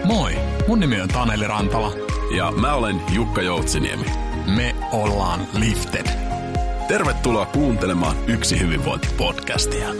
Moi, mun nimi on Taneli Rantala. Ja mä olen Jukka Joutsiniemi. Me ollaan Lifted. Tervetuloa kuuntelemaan Yksi hyvinvointi-podcastia.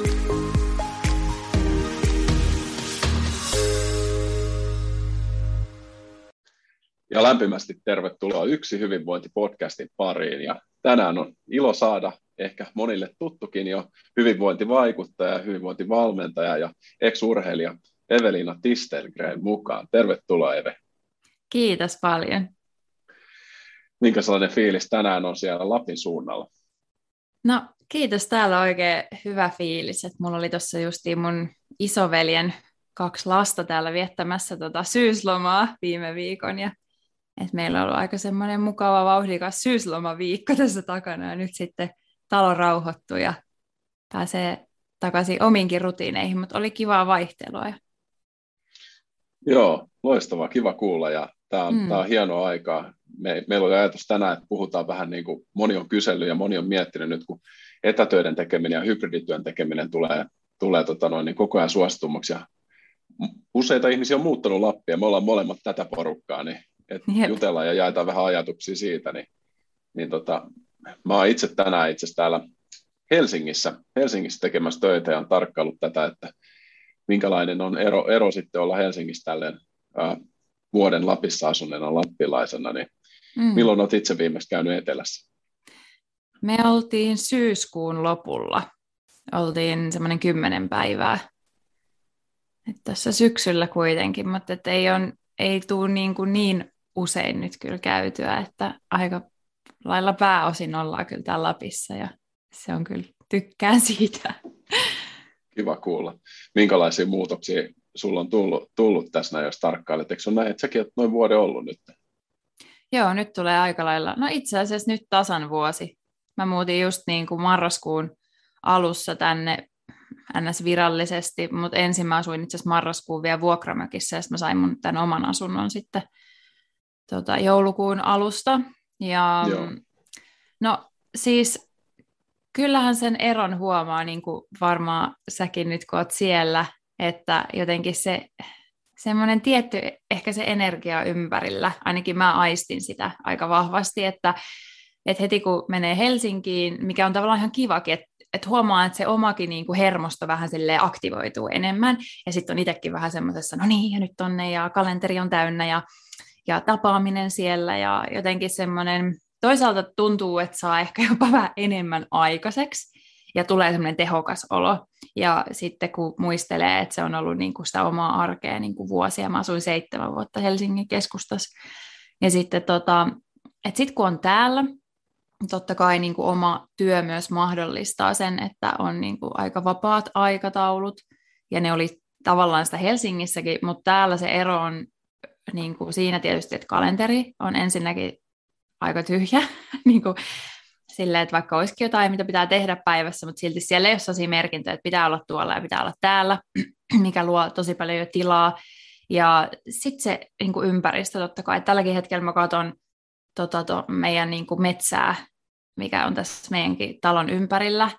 Ja lämpimästi tervetuloa Yksi hyvinvointi-podcastin pariin. Ja tänään on ilo saada ehkä monille tuttukin jo hyvinvointivaikuttaja, hyvinvointivalmentaja ja ex-urheilija Evelina Tistelgren mukaan. Tervetuloa, Eve. Kiitos paljon. Minkä sellainen fiilis tänään on siellä Lapin suunnalla? No kiitos, täällä on oikein hyvä fiilis. Että mulla oli tuossa justiin mun isoveljen 2 lasta täällä viettämässä syyslomaa viime viikon. Ja että meillä on ollut aika semmoinen mukava, vauhdikas syyslomaviikko tässä takana. Ja nyt sitten talo rauhoittui ja pääsee takaisin omiinkin rutiineihin, mutta oli kivaa vaihtelua. Joo, loistavaa, kiva kuulla ja tämä on hienoa aikaa. Meillä oli ajatus tänään, että puhutaan vähän niin kuin moni on kysellyt ja moni on miettinyt nyt, kun etätöiden tekeminen ja hybridityön tekeminen tulee niin koko ajan suositummaksi. Ja useita ihmisiä on muuttanut Lappia, me ollaan molemmat tätä porukkaa, niin että jutellaan ja jaetaan vähän ajatuksia siitä. Mä oon itse tänään täällä Helsingissä tekemässä töitä ja on tarkkaillut tätä, että minkälainen on ero sitten olla Helsingissä tälleen vuoden Lapissa asuneena lappilaisena, niin milloin olet itse viimeksi käynyt etelässä? Me oltiin syyskuun lopulla. Oltiin semmoinen 10 päivää. Että tässä syksyllä kuitenkin, mutta ei tule niin usein nyt kyllä käytyä, että aika lailla pääosin ollaan kyllä täällä Lapissa ja se on kyllä, tykkään siitä. Kiva kuulla. Minkälaisia muutoksia sulla on tullut tässä, jos tarkkailet? Eikö se ole näin, että säkin olet noin vuoden ollut nyt? Joo, nyt tulee aika lailla. No itse asiassa nyt tasan vuosi. Mä muutin just niin kuin marraskuun alussa tänne ns. Virallisesti, mutta ensin mä asuin itse asiassa marraskuun vielä vuokramökissä ja sitten mä sain mun tämän oman asunnon sitten joulukuun alusta. Ja no siis kyllähän sen eron huomaa, niin kuin varmaan säkin nyt kun oot siellä, että jotenkin se semmoinen tietty, ehkä se energia ympärillä, ainakin mä aistin sitä aika vahvasti, että heti kun menee Helsinkiin, mikä on tavallaan ihan kivakin, että huomaa, että se omakin niin kuin hermosto vähän silleen aktivoituu enemmän, ja sitten on itsekin vähän semmoisessa, no niin, ja nyt tonne, ja kalenteri on täynnä, ja tapaaminen siellä, ja jotenkin semmoinen, toisaalta tuntuu, että saa ehkä jopa vähän enemmän aikaiseksi, ja tulee semmoinen tehokas olo. Ja sitten kun muistelee, että se on ollut niin kuin sitä omaa arkea niin kuin vuosia, mä asuin 7 vuotta Helsingin keskustassa. Ja sitten sit kun on täällä, totta kai niin kuin oma työ myös mahdollistaa sen, että on niin kuin aika vapaat aikataulut. Ja ne oli tavallaan sitä Helsingissäkin, mutta täällä se ero on niin kuin siinä tietysti, että kalenteri on ensinnäkin aika tyhjä, niin kuin silleen, että vaikka olisikin jotain, mitä pitää tehdä päivässä, mutta silti siellä ei ole sellaisia merkintöjä, että pitää olla tuolla ja pitää olla täällä, mikä luo tosi paljon jo tilaa. Ja sitten se niin kuin ympäristö totta kai. Tälläkin hetkellä mä katson meidän niin kuin metsää, mikä on tässä meidänkin talon ympärillä,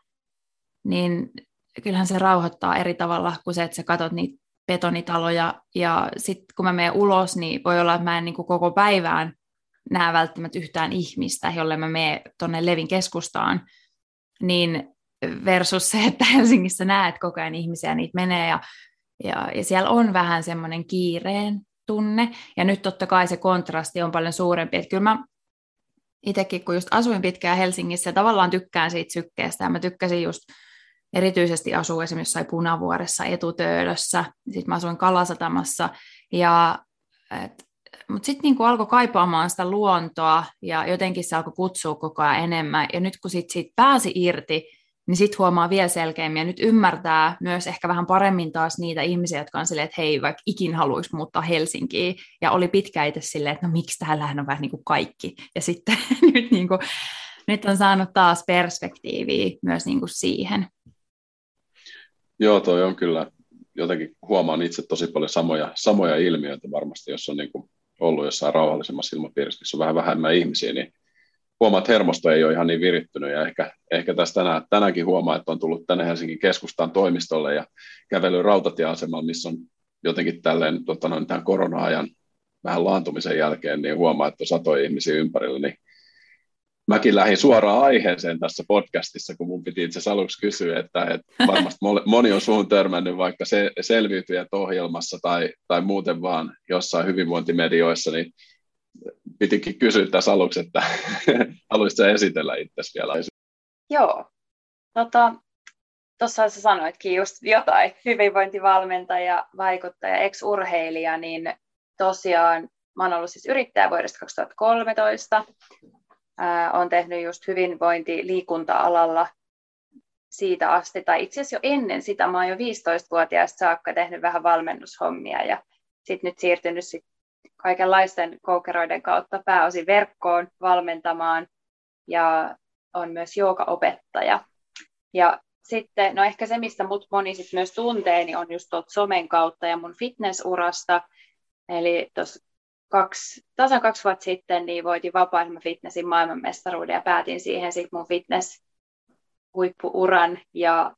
niin kyllähän se rauhoittaa eri tavalla kuin se, että sä katot niitä betonitaloja. Ja sitten kun mä menen ulos, niin voi olla, että mä en niin kuin koko päivään näe välttämättä yhtään ihmistä, jolle mä menen tuonne Levin keskustaan, niin versus se, että Helsingissä näet koko ajan ihmisiä, niitä menee, ja siellä on vähän semmoinen kiireen tunne, ja nyt totta kai se kontrasti on paljon suurempi, että kyllä mä itsekin, kun just asuin pitkään Helsingissä, ja tavallaan tykkään siitä sykkeestä, ja mä tykkäsin just erityisesti asua esimerkiksi jossain Punavuoressa, Etutöölössä, sitten mä asuin Kalasatamassa, mutta sitten niinku alkoi kaipaamaan sitä luontoa ja jotenkin se alkoi kutsua koko ajan enemmän. Ja nyt kun siitä pääsi irti, niin sitten huomaa vielä selkeämmin ja nyt ymmärtää myös ehkä vähän paremmin taas niitä ihmisiä, jotka on silleen, että hei, vaikka ikin haluaisi muuttaa Helsinkiin. Ja oli pitkä itse silleen, että no miksi täällähän on vähän niin kuin kaikki. Ja sitten nyt on saanut taas perspektiiviä myös niin kuin siihen. Joo, toi on kyllä. Jotenkin huomaan itse tosi paljon samoja ilmiöitä varmasti, jos on niin kuin ollut jossain rauhallisemmassa ilmapiirissä, missä on vähän vähemmän ihmisiä, niin huomaa, että hermosto ei ole ihan niin virittynyt, ja ehkä tässä tänäänkin huomaa, että on tullut tänne Helsingin keskustaan toimistolle ja kävellyt rautatieasemalla, missä on jotenkin tälleen tämän korona-ajan vähän laantumisen jälkeen niin huomaa, että on satoja ihmisiä ympärillä, niin mäkin lähdin suoraan aiheeseen tässä podcastissa, kun mun piti itse asiassa aluksi kysyä, että varmasti moni on suhun törmännyt vaikka selviytyjät ohjelmassa tai muuten vaan jossain hyvinvointimedioissa, niin pitikin kysyä tässä aluksi, että haluaisitko esitellä itsesi vielä? Joo, tuossa sä sanoitkin just jotain, hyvinvointivalmentaja, vaikuttaja, ex-urheilija, niin tosiaan mä oon ollut siis yrittäjä vuodesta 2013. Olen tehnyt just hyvinvointi-liikunta-alalla siitä asti, tai itse asiassa jo ennen sitä, mä oon jo 15-vuotiaasta saakka tehnyt vähän valmennushommia ja sitten nyt siirtynyt kaikenlaisten koukeroiden kautta pääosin verkkoon valmentamaan ja on myös joogaopettaja. Ja sitten, no ehkä se, mistä mut moni sit myös tuntee, niin on just tuolta somen kautta ja mun fitnessurasta. Eli tuossa tasan 2 vuotta sitten niin voitin vapaa-fitnessin maailmanmestaruuden ja päätin siihen sitten mun fitness-huippu-uran. Ja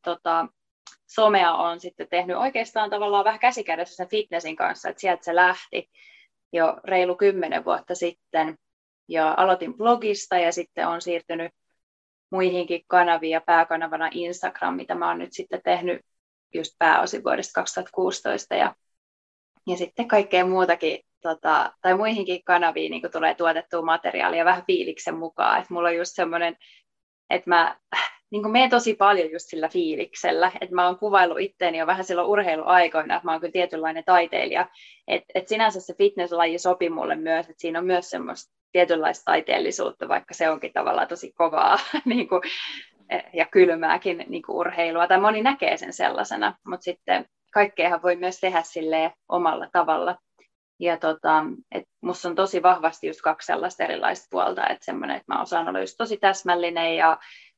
somea on sitten tehnyt oikeastaan tavallaan vähän käsikädessä sen fitnessin kanssa, että sieltä se lähti jo reilu 10 vuotta sitten. Ja aloitin blogista ja sitten on siirtynyt muihinkin kanaviin ja pääkanavana Instagram, mitä mä oon nyt sitten tehnyt just pääosin vuodesta 2016 ja sitten kaikkea muutakin, tai muihinkin kanaviin niin tulee tuotettua materiaalia vähän fiiliksen mukaan, että mulla on just semmoinen, että mä niin menen tosi paljon just sillä fiiliksellä, että mä oon kuvaillut itteeni jo vähän silloin urheiluaikoina, että mä oon kyllä tietynlainen taiteilija, että sinänsä se fitnesslaji sopi mulle myös, että siinä on myös semmoista tietynlaista taiteellisuutta, vaikka se onkin tavallaan tosi kovaa niin kuin, ja kylmääkin niin kuin urheilua, tai moni näkee sen sellaisena, mutta sitten kaikkeahan voi myös tehdä silleen omalla tavalla. Ja musta on tosi vahvasti just 2 sellaista erilaista puolta, että semmoinen, että mä osaan olla just tosi täsmällinen ja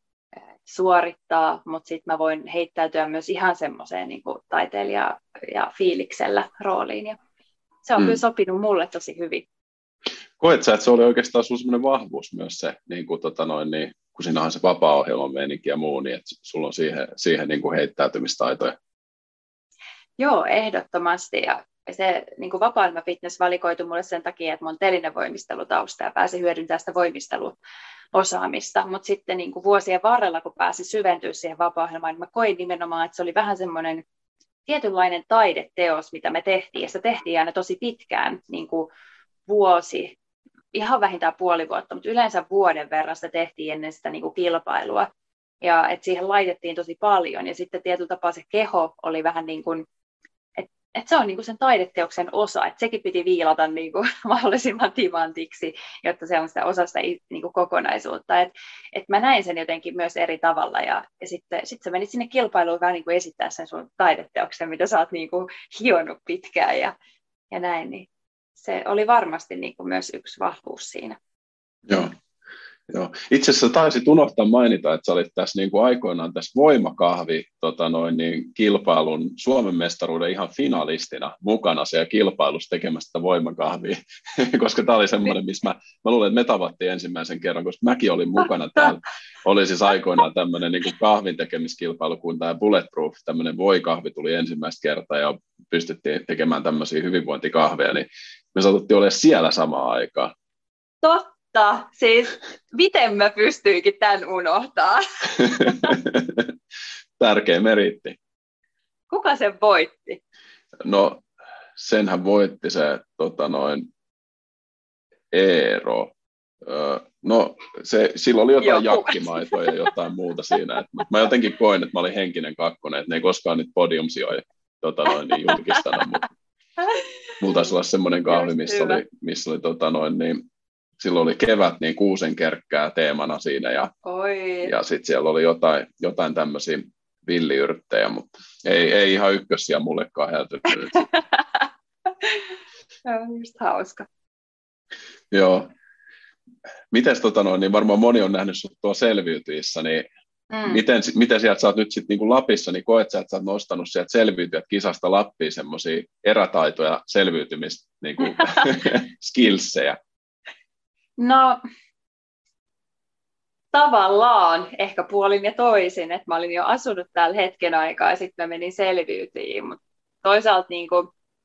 suorittaa, mutta sitten mä voin heittäytyä myös ihan semmoiseen niin kuin taiteilija- ja fiiliksellä rooliin. Ja se on kyllä sopinut mulle tosi hyvin. Koet sä, että se oli oikeastaan sun semmoinen vahvuus myös se, niin kuin, kun siinä on se vapaa-ohjelman meininki ja muu, niin että sulla on siihen niin kuin heittäytymistaitoja? Joo, ehdottomasti. Ja se niin kuin vapaa-ohjelma-fitness valikoitui mulle sen takia, että mun telinevoimistelutausta ja pääsin hyödyntämään sitä voimisteluosaamista. Mutta sitten niin kuin vuosien varrella, kun pääsin syventyä siihen vapaa-ohjelmaan, niin mä koin nimenomaan, että se oli vähän semmoinen tietynlainen taideteos, mitä me tehtiin. Ja sitä tehtiin aina tosi pitkään, niin kuin vuosi, ihan vähintään puoli vuotta, mutta yleensä vuoden verran sitä tehtiin ennen sitä niin kuin kilpailua. Ja että siihen laitettiin tosi paljon. Ja sitten tietyllä tapaa se keho oli vähän niin kuin, että se on niin kuin sen taideteoksen osa. Että sekin piti viilata niin kuin mahdollisimman timantiksi, jotta se on sitä osa sitä niin kuin kokonaisuutta. Että mä näin sen jotenkin myös eri tavalla. Ja sitten sä menit sinne kilpailuun vähän niin kuin esittää sen sun taideteoksen, mitä sä oot niin kuin hionut pitkään ja näin. Niin se oli varmasti niin kuin myös yksi vahvuus siinä. Joo. Itse asiassa taisit unohtaa mainita, että sä olit tässä niin kuin aikoinaan tässä voimakahvi kilpailun Suomen mestaruuden ihan finalistina mukana siellä kilpailussa tekemästä voimakahvia, koska tämä oli semmoinen, missä mä luulen, että me tavattiin ensimmäisen kerran, koska mäkin olin mukana täällä. Oli siis aikoinaan tämmöinen niin kuin kahvin tekemiskilpailu, kun tämä Bulletproof, tämmöinen voikahvi tuli ensimmäistä kertaa ja pystyttiin tekemään tämmöisiä hyvinvointikahveja, niin me saatuttiin olemaan siellä samaan aikaan. Totta. Siis, miten mä pystyinkin tämän unohtaa? Tärkeä meriitti. Kuka sen voitti? No, senhän voitti se Eero. No, sillä oli jotain jakkimaitoa ja jotain muuta siinä. Mä jotenkin koin, että mä olin henkinen kakkonen, että ne ei koskaan nyt podiumsijoja julkistanut, mutta mulla taisi olla semmoinen kahvi, missä oli silloin oli kevät niin kuusenkerkkää teemana siinä ja sitten siellä oli jotain tämmöisiä villiyrttejä, mutta ei ihan ykkössiä mullekaan häältynyt. Se on just hauska. Joo. Mites niin varmaan moni on nähnyt sut tuolla selviytyissä, niin miten sieltä sä oot nyt sitten niin Lapissa, niin koet sä, että sä oot nostanut sieltä selviytyjät kisasta Lappiin semmoisia erätaitoja, selviytymistä, niin kuin skillsejä? No, tavallaan ehkä puolin ja toisin, että mä olin jo asunut täällä hetken aikaa ja sitten mä menin selviytyiin, mutta toisaalta niin kuin,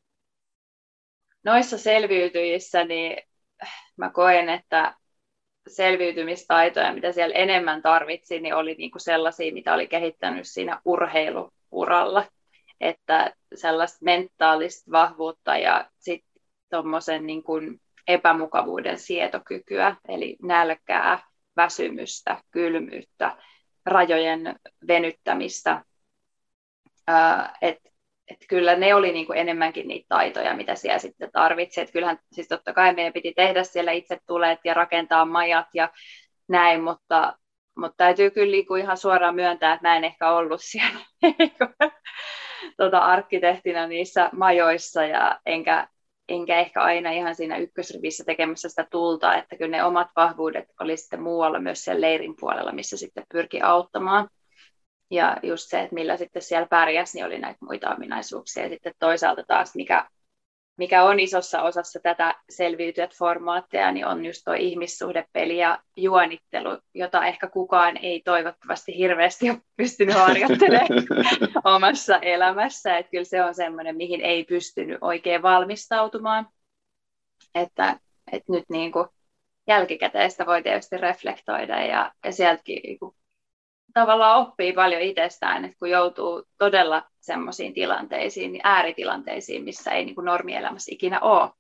noissa selviytyjissä niin mä koen, että selviytymistaitoja, mitä siellä enemmän tarvitsin, niin oli niinku sellaisia, mitä oli kehittänyt siinä urheiluuralla. Että sellaista mentaalista vahvuutta ja sitten tuommoisen niinku epämukavuuden sietokykyä, eli nälkää, väsymystä, kylmyyttä, rajojen venyttämistä. Et kyllä ne oli niinku enemmänkin niitä taitoja, mitä siellä sitten tarvitsi. Et kyllähän siis totta kai meidän piti tehdä siellä itse tulet ja rakentaa majat ja näin, mutta täytyy kyllä niinku ihan suoraan myöntää, että mä en ehkä ollut siellä arkkitehtina niissä majoissa ja enkä ehkä aina ihan siinä ykkösrivissä tekemässä sitä tulta, että kyllä ne omat vahvuudet oli sitten muualla myös siellä leirin puolella, missä sitten pyrki auttamaan. Ja just se, että millä sitten siellä pärjäsi, niin oli näitä muita ominaisuuksia. Ja sitten toisaalta taas, mikä on isossa osassa tätä selviytyjät-formaatteja, niin on just tuo ihmissuhdepeli ja juonittelu, jota ehkä kukaan ei toivottavasti hirveästi ole pystynyt harjoittelemaan omassa elämässä. Että kyllä se on semmoinen, mihin ei pystynyt oikein valmistautumaan. Että nyt niin kuin jälkikäteen sitä voi tietysti reflektoida ja sieltäkin niin kuin tavallaan oppii paljon itsestään, että kun joutuu todella semmoisiin tilanteisiin, niin ääritilanteisiin, missä ei niin kuin normielämässä ikinä ole.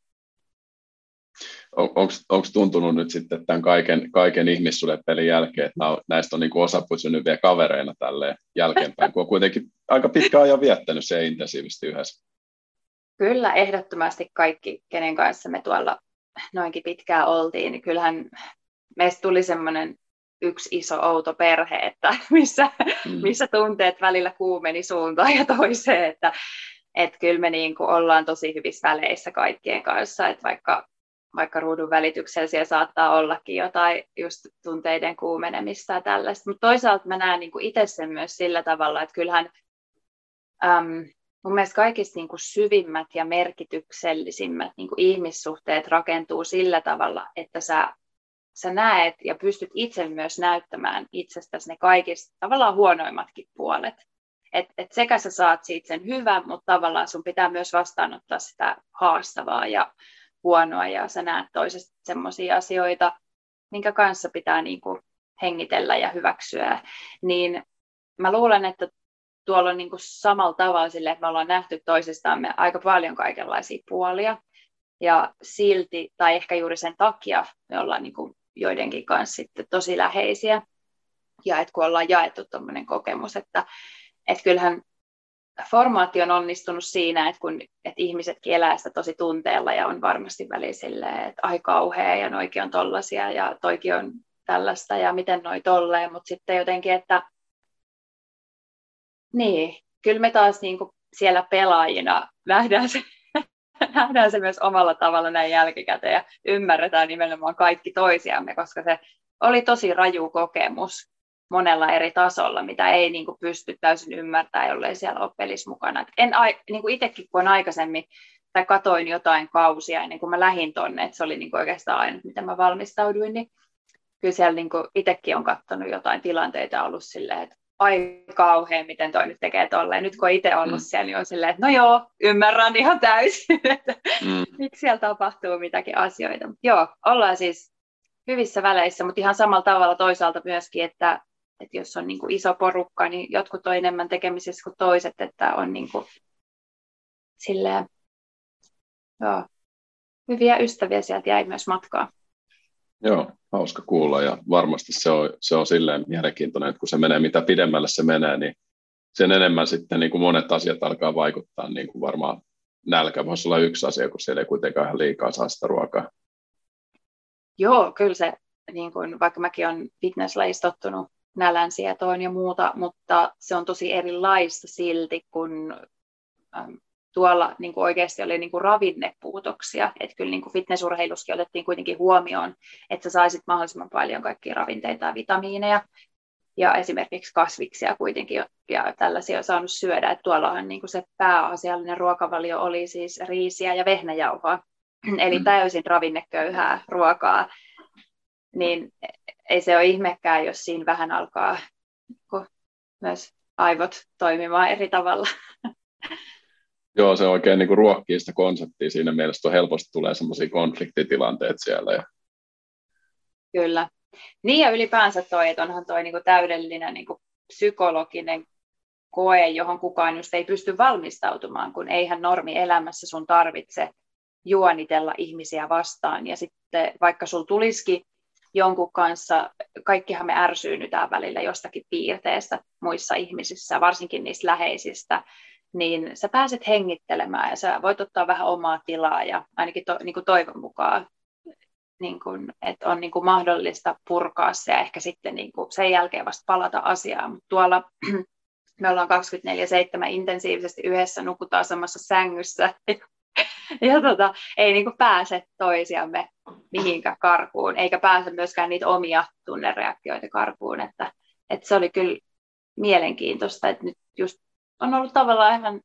Onko tuntunut nyt sitten tämän kaiken ihmissuhdepelin jälkeen, että näistä on niin kuin osa pysynyt vielä kavereina tälleen jälkeenpäin, kun on kuitenkin aika pitkä ajan viettänyt se intensiivisesti yhdessä? Kyllä, ehdottomasti kaikki, kenen kanssa me tuolla noinkin pitkään oltiin, niin kyllähän meistä tuli semmoinen yksi iso outo perhe, että missä tunteet välillä kuumeni suuntaan ja toiseen, että kyllä me niin kuin ollaan tosi hyvissä väleissä kaikkien kanssa, että vaikka ruudun välityksellä siellä saattaa ollakin jotain just tunteiden kuumenemista ja tällaista, mutta toisaalta mä näen niin kuin itse sen myös sillä tavalla, että kyllähän mun mielestä kaikista niin kuin syvimmät ja merkityksellisimmät niin kuin ihmissuhteet rakentuu sillä tavalla, että sä näet ja pystyt itse myös näyttämään itsestäsi ne kaikista tavallaan huonoimmatkin puolet. Et sekä sä saat siitä sen hyvän, mutta tavallaan sun pitää myös vastaanottaa sitä haastavaa ja huonoa, ja sä näet toisesta semmoisia asioita, minkä kanssa pitää niinku hengitellä ja hyväksyä. Niin mä luulen, että tuolla on niinku samalla tavalla sille, että me ollaan nähty toisestamme aika paljon kaikenlaisia puolia, ja silti, tai ehkä juuri sen takia, me ollaan niinku joidenkin kanssa sitten tosi läheisiä, ja että kun ollaan jaettu tuommoinen kokemus, että kyllähän formaatti on onnistunut siinä, että ihmisetkin elää sitä tosi tunteella ja on varmasti väliin silleen, että ai kauhea ja noikin on tollasia ja toikin on tällaista ja miten noi tolleen, mutta sitten jotenkin, että niin, kyllä me taas niin kuin siellä pelaajina nähdään se myös omalla tavalla näin jälkikäteen ja ymmärretään nimenomaan kaikki toisiamme, koska se oli tosi raju kokemus monella eri tasolla, mitä ei niin kuin pysty täysin ymmärtämään, jollei siellä ole pelissä mukana. Niin kuin itsekin, kun on aikaisemmin, tai katoin jotain kausia ennen kuin mä lähdin tonne, että se oli niin kuin oikeastaan aina, miten mä valmistauduin, niin kyllä siellä niin kuin itsekin on katsonut jotain tilanteita ja ollut silleen, että ai kauhean, miten toi nyt tekee tolleen. Nyt kun on itse ollut siellä, niin on silleen, että no joo, ymmärrän ihan täysin, että miksi siellä tapahtuu mitäkin asioita. Mutta joo, ollaan siis hyvissä väleissä, mutta ihan samalla tavalla toisaalta myöskin, että jos on niin kuin iso porukka, niin jotkut on enemmän tekemisissä kuin toiset, että on niin kuin silleen, joo, hyviä ystäviä sieltä jäi myös matkaa. Joo, hauska kuulla ja varmasti se on silleen mielenkiintoinen, että kun se menee, mitä pidemmälle se menee, niin sen enemmän sitten niin kuin monet asiat alkaa vaikuttaa, niin kuin varmaan nälkä voisi olla yksi asia, kun siellä ei kuitenkaan ihan liikaa saa sitä ruokaa. Joo, kyllä se, niin kuin, vaikka mäkin olen fitnesslajissa tottunut nälänsietoon ja muuta, mutta se on tosi erilaista silti, kun tuolla niin kuin oikeasti oli niin kuin ravinnepuutoksia. Että kyllä niin kuin fitnessurheilussakin otettiin kuitenkin huomioon, että sä saisit mahdollisimman paljon kaikkia ravinteita ja vitamiineja ja esimerkiksi kasviksia kuitenkin ja tällaisia on saanut syödä. Että tuollahan niin kuin se pääasiallinen ruokavalio oli siis riisiä ja vehnäjauhoa, eli täysin ravinneköyhää ruokaa. Niin ei se ole ihmekään, jos siinä vähän alkaa myös aivot toimimaan eri tavalla. Joo, se oikein niin kuin ruokkii sitä konseptia siinä mielessä, että helposti tulee semmoisia konfliktitilanteita siellä. Ja... Kyllä. Niin ja ylipäänsä toi, että onhan toi niin kuin täydellinen niin kuin psykologinen koe, johon kukaan just ei pysty valmistautumaan, kun eihän normielämässä sun tarvitse juonitella ihmisiä vastaan. Ja sitten vaikka sul tulisikin jonkun kanssa, kaikkihan me ärsyynnytään välillä jostakin piirteestä muissa ihmisissä, varsinkin niistä läheisistä, niin sä pääset hengittelemään ja sä voit ottaa vähän omaa tilaa ja ainakin niin kuin toivon mukaan, niin kuin, että on niin kuin mahdollista purkaa se ja ehkä sitten niin kuin sen jälkeen vasta palata asiaan. Mutta tuolla me ollaan 24/7 intensiivisesti yhdessä, nukutaan samassa sängyssä ja ei niin kuin pääse toisiamme mihinkään karkuun, eikä pääse myöskään niitä omia tunnereaktioita karkuun, että se oli kyllä mielenkiintoista, että nyt just on ollut tavallaan ihan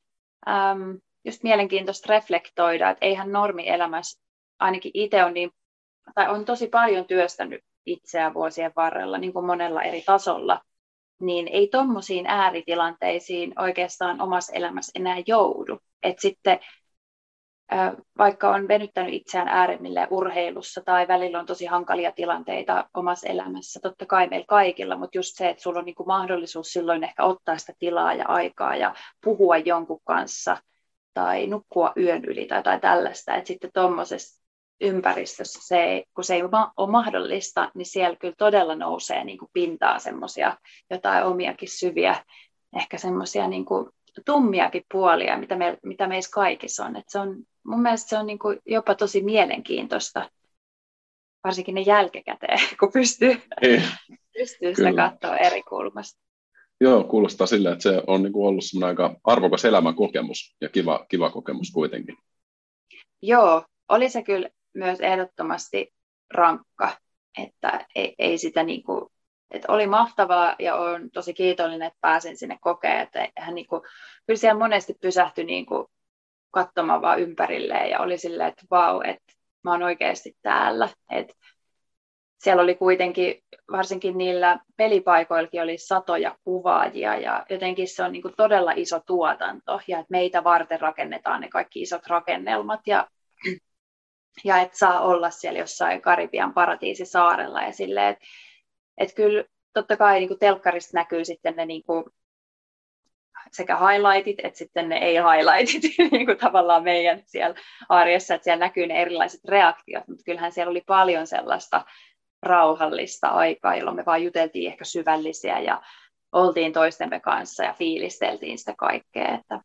just mielenkiintoista reflektoida, että eihän normielämässä, ainakin itse on tosi paljon työstänyt itseään vuosien varrella, niin kuin monella eri tasolla, niin ei tommosiin ääritilanteisiin oikeastaan omassa elämässä enää joudu. Et sitten vaikka on venyttänyt itseään äärimmilleen urheilussa tai välillä on tosi hankalia tilanteita omassa elämässä, totta kai meillä kaikilla, mutta just se, että sulla on niinku mahdollisuus silloin ehkä ottaa sitä tilaa ja aikaa ja puhua jonkun kanssa tai nukkua yön yli tai tällaista, että sitten tuommoisessa ympäristössä, kun se ei ole mahdollista, niin siellä kyllä todella nousee niinku pintaan semmoisia jotain omiakin syviä, ehkä semmoisia niinku tummiakin puolia, mitä meissä kaikissa on. Et se on. Mun mielestä se on niin kuin jopa tosi mielenkiintoista, varsinkin ne jälkikäteen, kun pystyy sitä katsoa eri kulmasta. Joo, kuulostaa sillä, että se on niin kuin ollut semmoinen aika arvokas elämänkokemus ja kiva kokemus kuitenkin. Joo, oli se kyllä myös ehdottomasti rankka, että ei sitä niin kuin, että oli mahtavaa ja olen tosi kiitollinen, että pääsin sinne kokemaan, että hän niin kuin, kyllä siellä monesti pysähtyi niin kuin katsomaan vaan ympärilleen ja oli silleen, että vau, että mä oon oikeasti täällä. Et siellä oli kuitenkin, varsinkin niillä pelipaikoillakin oli satoja kuvaajia ja jotenkin se on niin kuin todella iso tuotanto ja että meitä varten rakennetaan ne kaikki isot rakennelmat ja että saa olla siellä jossain Karibian paratiisisaarella ja silleen, että kyllä totta kai niin kuin telkkarista näkyy sitten ne niin kuin sekä highlightit että sitten ne ei-highlightit niin kuin tavallaan meidän siellä arjessa, että siellä näkyy ne erilaiset reaktiot, mutta kyllähän siellä oli paljon sellaista rauhallista aikaa, jolloin me vaan juteltiin ehkä syvällisiä ja oltiin toistemme kanssa ja fiilisteltiin sitä kaikkea, että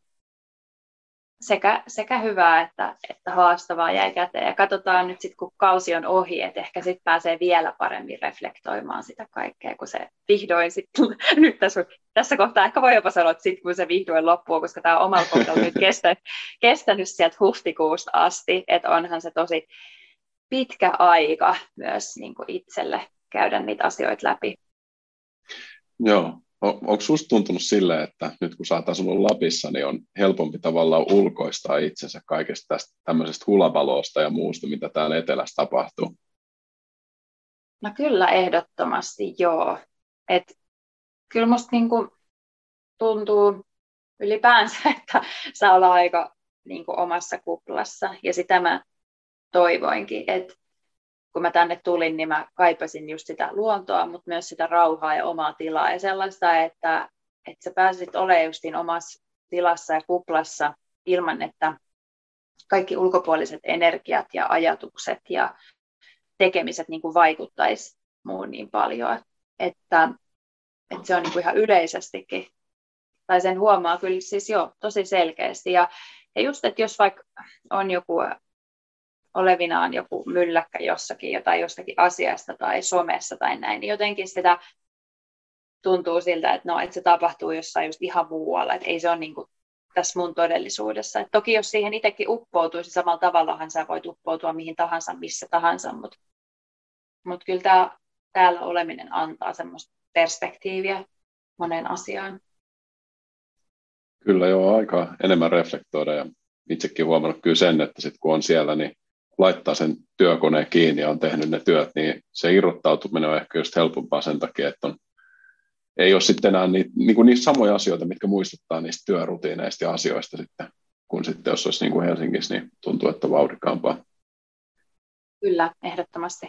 sekä hyvää että haastavaa jäi käteen. Ja katsotaan nyt sitten, kun kausi on ohi, että ehkä sitten pääsee vielä paremmin reflektoimaan sitä kaikkea, kun se vihdoin sitten, nyt tässä kohtaa ehkä voi jopa sanoa, että sitten kun se vihdoin loppuu, koska tämä on omalla kohdalla nyt kestänyt sieltä huhtikuusta asti, että onhan se tosi pitkä aika myös niin kuin itselle käydä niitä asioita läpi. Joo. Onko sinusta tuntunut sillä, että nyt kun sä oot asunut Lapissa, niin on helpompi tavallaan ulkoistaa itsensä kaikesta tästä tämmöisestä hulabalosta ja muusta, mitä täällä etelässä tapahtuu? No kyllä ehdottomasti joo. Et kyllä musta niinku tuntuu ylipäänsä, että saa olla aika niinku omassa kuplassa ja sitä mä toivoinkin, että kun mä tänne tulin, niin mä kaipasin just sitä luontoa, mutta myös sitä rauhaa ja omaa tilaa ja sellaista, että sä pääsit olemaan justiin omassa tilassa ja kuplassa ilman, että kaikki ulkopuoliset energiat ja ajatukset ja tekemiset niin kuin vaikuttaisi muun niin paljon, että se on niin kuin ihan yleisestikin, tai sen huomaa kyllä siis jo tosi selkeästi. Ja just, että jos vaikka on joku olevinaan joku mylläkkä jossakin jostakin asiasta tai somessa tai näin, niin jotenkin sitä tuntuu siltä, että se tapahtuu jossain just ihan muualla, että ei se ole niin kuin tässä mun todellisuudessa. Et toki jos siihen itsekin uppoutuisi samalla tavallahan sä voit uppoutua mihin tahansa, missä tahansa, mutta kyllä täällä oleminen antaa semmoista perspektiiviä moneen asiaan. Kyllä joo, aika enemmän reflektoida ja itsekin huomannut kyllä sen, että sit kun on siellä, niin laittaa sen työkoneen kiinni ja on tehnyt ne työt, niin se irrottautuminen on ehkä just helpompaa sen takia, että ei ole sitten enää niitä samoja asioita, mitkä muistuttaa niistä työrutiineista ja asioista sitten kun sitten jos olisi niin kuin Helsingissä, niin tuntuu, että vauhdikkaampaa. Kyllä, ehdottomasti.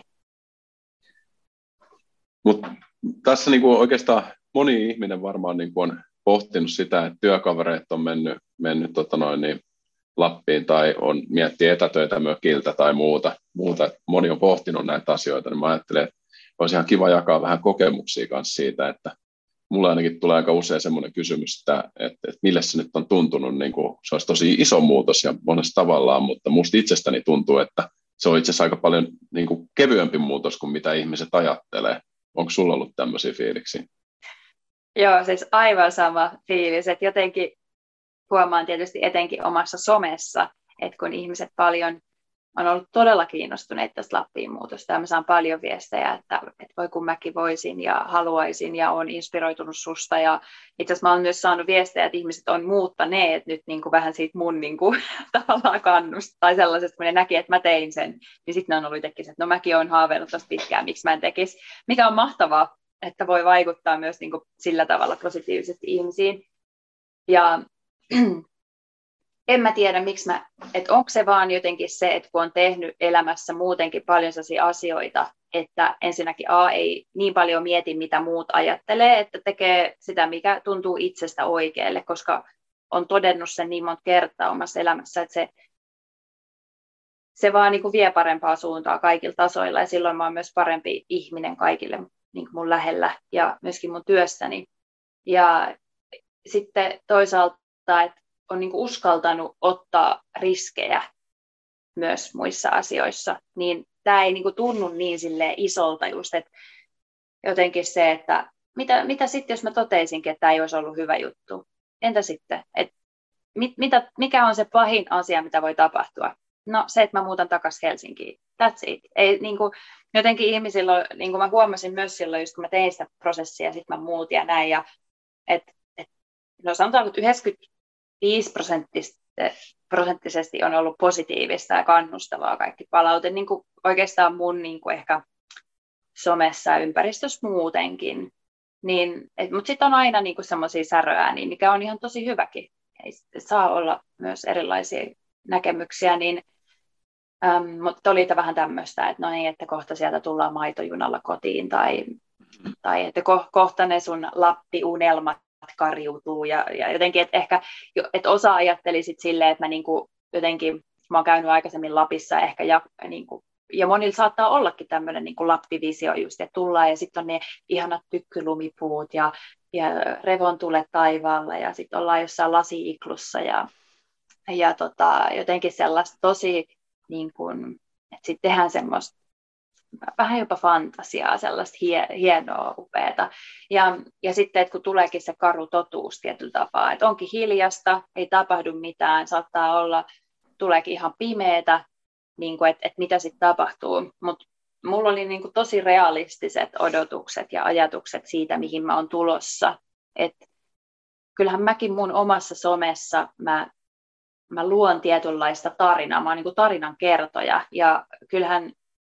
Mutta tässä niin kuin oikeastaan moni ihminen varmaan niin kuin on pohtinut sitä, että työkavereet on mennyt Lappiin tai on miettii etätöitä mökiltä tai muuta. Moni on pohtinut näitä asioita, niin mä ajattelen, että olisi ihan kiva jakaa vähän kokemuksia kanssa siitä, että mulla ainakin tulee aika usein semmoinen kysymys, että mille se nyt on tuntunut, niin kuin, se olisi tosi iso muutos ja monessa tavallaan, mutta musta itsestäni tuntuu, että se on itse asiassa aika paljon niin kuin kevyempi muutos kuin mitä ihmiset ajattelee. Onko sulla ollut tämmöisiä fiiliksiä? Joo, siis aivan sama fiilis, että jotenkin huomaan tietysti etenkin omassa somessa, että kun ihmiset paljon on ollut todella kiinnostuneita tästä Lappiin muutosta ja mä saan paljon viestejä, että voi kun mäkin voisin ja haluaisin ja olen inspiroitunut susta ja itse asiassa mä olen myös saanut viestejä, että ihmiset on muuttaneet nyt niin kuin vähän siitä mun niin kuin, tavallaan kannusta tai sellaisesta, kun ne näki, että mä tein sen, niin sitten ne on ollut itsekin, että no mäkin olen haaveillut tästä pitkään, miksi mä en tekisi, mikä on mahtavaa, että voi vaikuttaa myös niin kuin sillä tavalla positiivisesti ihmisiin ja en mä tiedä, että onko se vaan jotenkin se, että kun on tehnyt elämässä muutenkin paljon sellaisia asioita, että ensinnäkin ei niin paljon mieti, mitä muut ajattelee, että tekee sitä, mikä tuntuu itsestä oikealle, koska on todennut sen niin monta kertaa omassa elämässä, että se vaan niin kuin vie parempaa suuntaa kaikilla tasoilla ja silloin mä oon myös parempi ihminen kaikille niin kuin mun lähellä ja myöskin mun työssäni. Ja sitten toisaalta, että on niin kuin uskaltanut ottaa riskejä myös muissa asioissa, niin tämä ei niin kuin tunnu niin isolta just, että jotenkin se, että mitä sitten, jos mä toteisinkin, että tämä ei olisi ollut hyvä juttu. Entä sitten? Mikä on se pahin asia, mitä voi tapahtua? No se, että mä muutan takaisin Helsinkiin. That's it. Ei, niin kuin, jotenkin ihmisillä, niin kuin mä huomasin myös silloin, just kun mä tein sitä prosessia, ja sitten mä muutin ja näin, ja no sanotaan, että 95% on ollut positiivista ja kannustavaa kaikki palaute, niin kuin oikeastaan mun niin kuin ehkä somessa ja ympäristössä muutenkin. Mutta sitten on aina niin semmoisia säröääniä, mikä on ihan tosi hyväkin. Ei saa olla myös erilaisia näkemyksiä, mutta oli vähän tämmöistä, että no niin, että kohta sieltä tullaan maitojunalla kotiin tai että kohta ne sun Lappi-unelmat kariutuu ja jotenkin, että ehkä että osa ajatteli sit silleen, että mä niinku jotenkin, mä oon käynyt aikaisemmin Lapissa ehkä ja monilla saattaa ollakin tämmöinen niinku Lappi-visio just, että tullaan ja sitten on ne ihanat tykkylumipuut ja revontulet taivaalla ja sitten ollaan jossain lasi-iklussa ja jotenkin sellaista tosi niin kuin, että sitten tehdään semmoista vähän jopa fantasiaa, sellaista hienoa, upeata. Ja sitten, että kun tuleekin se karu totuus tietyllä tapaa, että onkin hiljasta, ei tapahdu mitään, saattaa olla, tuleekin ihan pimeätä, niin kuin, että mitä sitten tapahtuu. Mutta mulla oli niin kuin tosi realistiset odotukset ja ajatukset siitä, mihin mä oon tulossa. Et kyllähän mäkin mun omassa somessa, mä luon tietynlaista tarinaa, mä oon niin kuin tarinan kertoja, ja kyllähän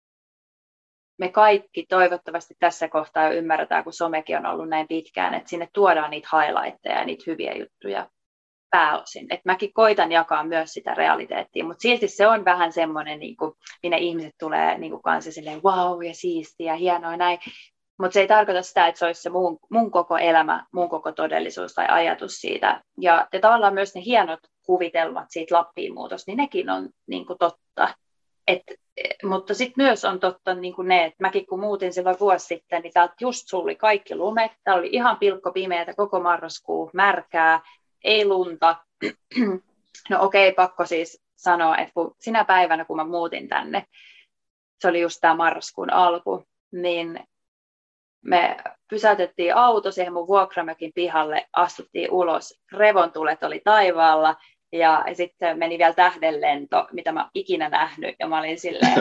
me kaikki toivottavasti tässä kohtaa jo ymmärretään, kun somekin on ollut näin pitkään, että sinne tuodaan niitä highlightteja ja niitä hyviä juttuja pääosin. Että mäkin koitan jakaa myös sitä realiteettia, mutta silti se on vähän semmoinen, niin kuin, minne ihmiset tulee niin kuin kanssa silleen wow ja siistiä ja hienoa näin. Mutta se ei tarkoita sitä, että se olisi se mun koko elämä, mun koko todellisuus tai ajatus siitä. Ja tavallaan myös ne hienot kuvitelmat siitä Lappiin muutosta, niin nekin on niin kuin totta. Mutta sitten myös on totta niin kuin ne, että mäkin kun muutin silloin vuosi sitten, niin täältä just suli kaikki lumet. Täällä oli ihan pilkkopimeätä koko marraskuu, märkää, ei lunta. No okei, pakko siis sanoa, että sinä päivänä kun mä muutin tänne, se oli just tämä marraskuun alku, niin me pysäytettiin auto siihen mun vuokramökin pihalle, astuttiin ulos, revontulet oli taivaalla. Ja sitten meni vielä tähdenlento, mitä mä ikinä nähnyt, ja mä olin silleen,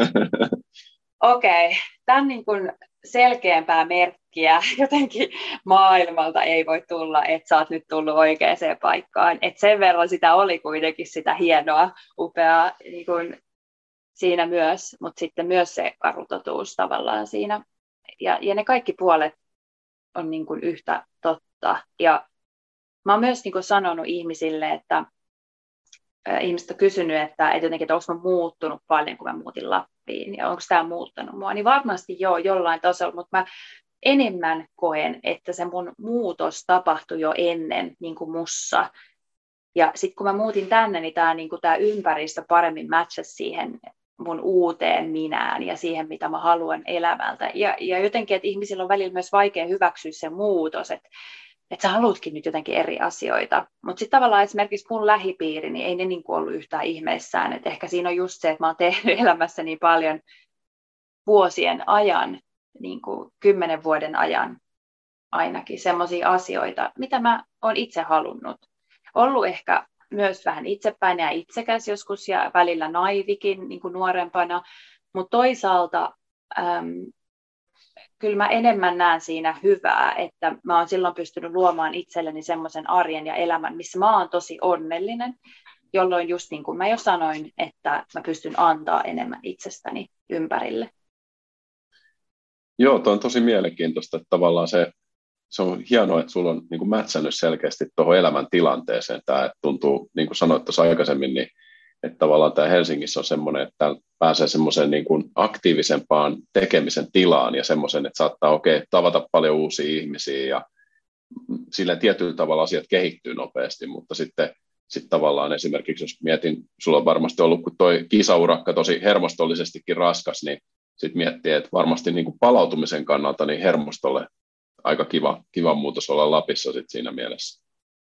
okei, tämän niin kuin selkeämpää merkkiä jotenkin maailmalta ei voi tulla, että sä oot nyt tullut oikeaan paikkaan. Et sen verran sitä oli kuitenkin sitä hienoa, upeaa niin kuin siinä myös, mutta sitten myös se karutotuus tavallaan siinä. Ja ne kaikki puolet on niin kuin yhtä totta. Ja mä oon myös niin kuin sanonut ihmisille, että ihmiset on kysynyt, että jotenkin, että onko mä muuttunut paljon, kun mä muutin Lappiin, ja onko tämä muuttanut mua, niin varmasti joo, jollain tasolla, mutta mä enemmän koen, että se mun muutos tapahtui jo ennen niin kuin mussa. Ja sitten kun mä muutin tänne, niin tämä ympäristö paremmin matchasi siihen mun uuteen minään ja siihen, mitä mä haluan elämältä. Ja jotenkin, että ihmisillä on välillä myös vaikea hyväksyä se muutos, että sä haluatkin nyt jotenkin eri asioita. Mutta sitten tavallaan esimerkiksi mun lähipiiri, niin ei ne niin kuin ollut yhtään ihmeissään. Et ehkä siinä on just se, että mä oon tehnyt elämässä niin paljon vuosien ajan, niin kuin 10 vuoden ajan ainakin, semmoisia asioita, mitä mä oon itse halunnut. Ollut ehkä myös vähän itsepäinen ja itsekäs joskus ja välillä naivikin niin kuin nuorempana, mutta toisaalta kyllä mä enemmän näen siinä hyvää, että mä oon silloin pystynyt luomaan itselleni semmoisen arjen ja elämän, missä mä oon tosi onnellinen, jolloin just niin kuin mä jo sanoin, että mä pystyn antaa enemmän itsestäni ympärille. Joo, tuo on tosi mielenkiintoista, että tavallaan se on hienoa, että sulla on niin kuin mätsännyt selkeästi tuohon elämäntilanteeseen. Tämä tuntuu, niin kuin sanoit tuossa aikaisemmin, niin, että tavallaan tämä Helsingissä on semmoinen, että täällä pääsee semmoiseen niin kuin aktiivisempaan tekemisen tilaan ja semmoisen, että saattaa tavata paljon uusia ihmisiä ja sillä tietyllä tavalla asiat kehittyy nopeasti, mutta sitten tavallaan esimerkiksi, jos mietin, sulla on varmasti ollut, kun toi kisaurakka tosi hermostollisestikin raskas, niin sitten miettii, että varmasti niin kuin palautumisen kannalta niin hermostolle aika kiva muutos olla Lapissa sit siinä mielessä.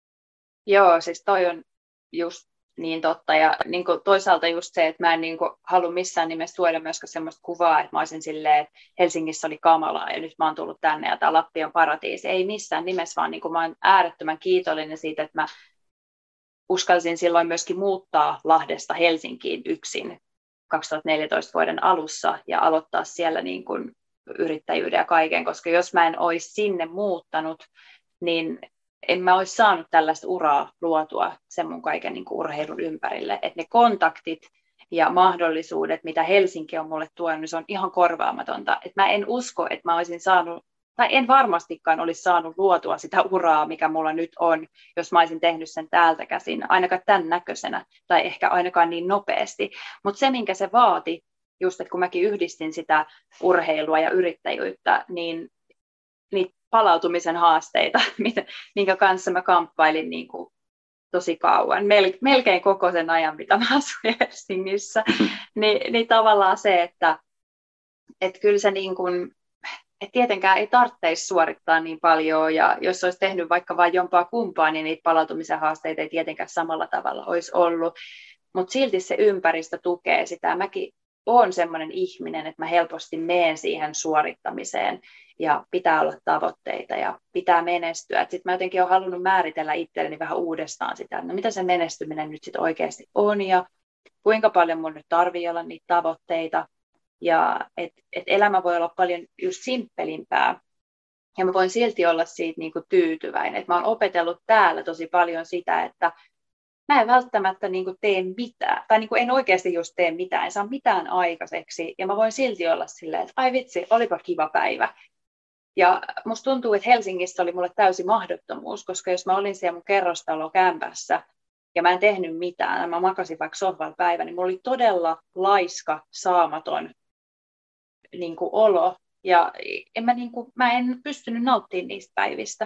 Joo, siis toi on just niin totta. Ja niin kuin toisaalta just se, että mä en niin kuin halua missään nimessä tuoda myöskään semmoista kuvaa, että mä olisin silleen, että Helsingissä oli kamalaa ja nyt mä oon tullut tänne ja tää Lappi on paratiisi. Ei missään nimessä, vaan niin kuin mä oon äärettömän kiitollinen siitä, että mä uskalsin silloin myöskin muuttaa Lahdesta Helsinkiin yksin 2014 vuoden alussa ja aloittaa siellä niin kuin yrittäjyyden ja kaiken, koska jos mä en olisi sinne muuttanut, niin en mä olisi saanut tällaista uraa luotua sen mun kaiken niin kuin urheilun ympärille. Että ne kontaktit ja mahdollisuudet, mitä Helsinki on mulle tuonut, niin se on ihan korvaamatonta. Että mä en usko, että mä olisin saanut, tai en varmastikaan olisi saanut luotua sitä uraa, mikä mulla nyt on, jos mä olisin tehnyt sen täältä käsin, ainakaan tämän näköisenä, tai ehkä ainakaan niin nopeasti. Mutta se, minkä se vaati, just että kun mäkin yhdistin sitä urheilua ja yrittäjyyttä, niin niitä palautumisen haasteita, minkä kanssa mä kamppailin niin kuin tosi kauan, melkein koko sen ajan, mitä mä asuin Helsingissä, niin tavallaan se, että kyllä se niin kuin, että tietenkään ei tarvitsisi suorittaa niin paljon, ja jos olisi tehnyt vaikka vain jompaa kumpaa, niin niitä palautumisen haasteita ei tietenkään samalla tavalla olisi ollut, mutta silti se ympäristö tukee sitä. Mäkin olen semmoinen ihminen, että mä helposti menen siihen suorittamiseen ja pitää olla tavoitteita ja pitää menestyä. Sitten mä jotenkin olen halunnut määritellä itselleni vähän uudestaan sitä, että no mitä se menestyminen nyt sitten oikeasti on ja kuinka paljon mun nyt tarvii olla niitä tavoitteita. Ja että elämä voi olla paljon just simppelimpää ja mä voin silti olla siitä niinku tyytyväinen. Et mä oon opetellut täällä tosi paljon sitä, että mä en välttämättä niinku tee mitään, tai niinku en oikeasti just tee mitään, en saa mitään aikaiseksi, ja mä voin silti olla silleen, että ai vitsi, olipa kiva päivä. Ja musta tuntuu, että Helsingissä oli mulle täysi mahdottomuus, koska jos mä olin siellä mun kerrostalokämpässä, ja mä en tehnyt mitään, mä makasin vaikka sohvalla päivän, niin mulla oli todella laiska, saamaton niinku olo, ja mä en pystynyt nauttimaan niistä päivistä.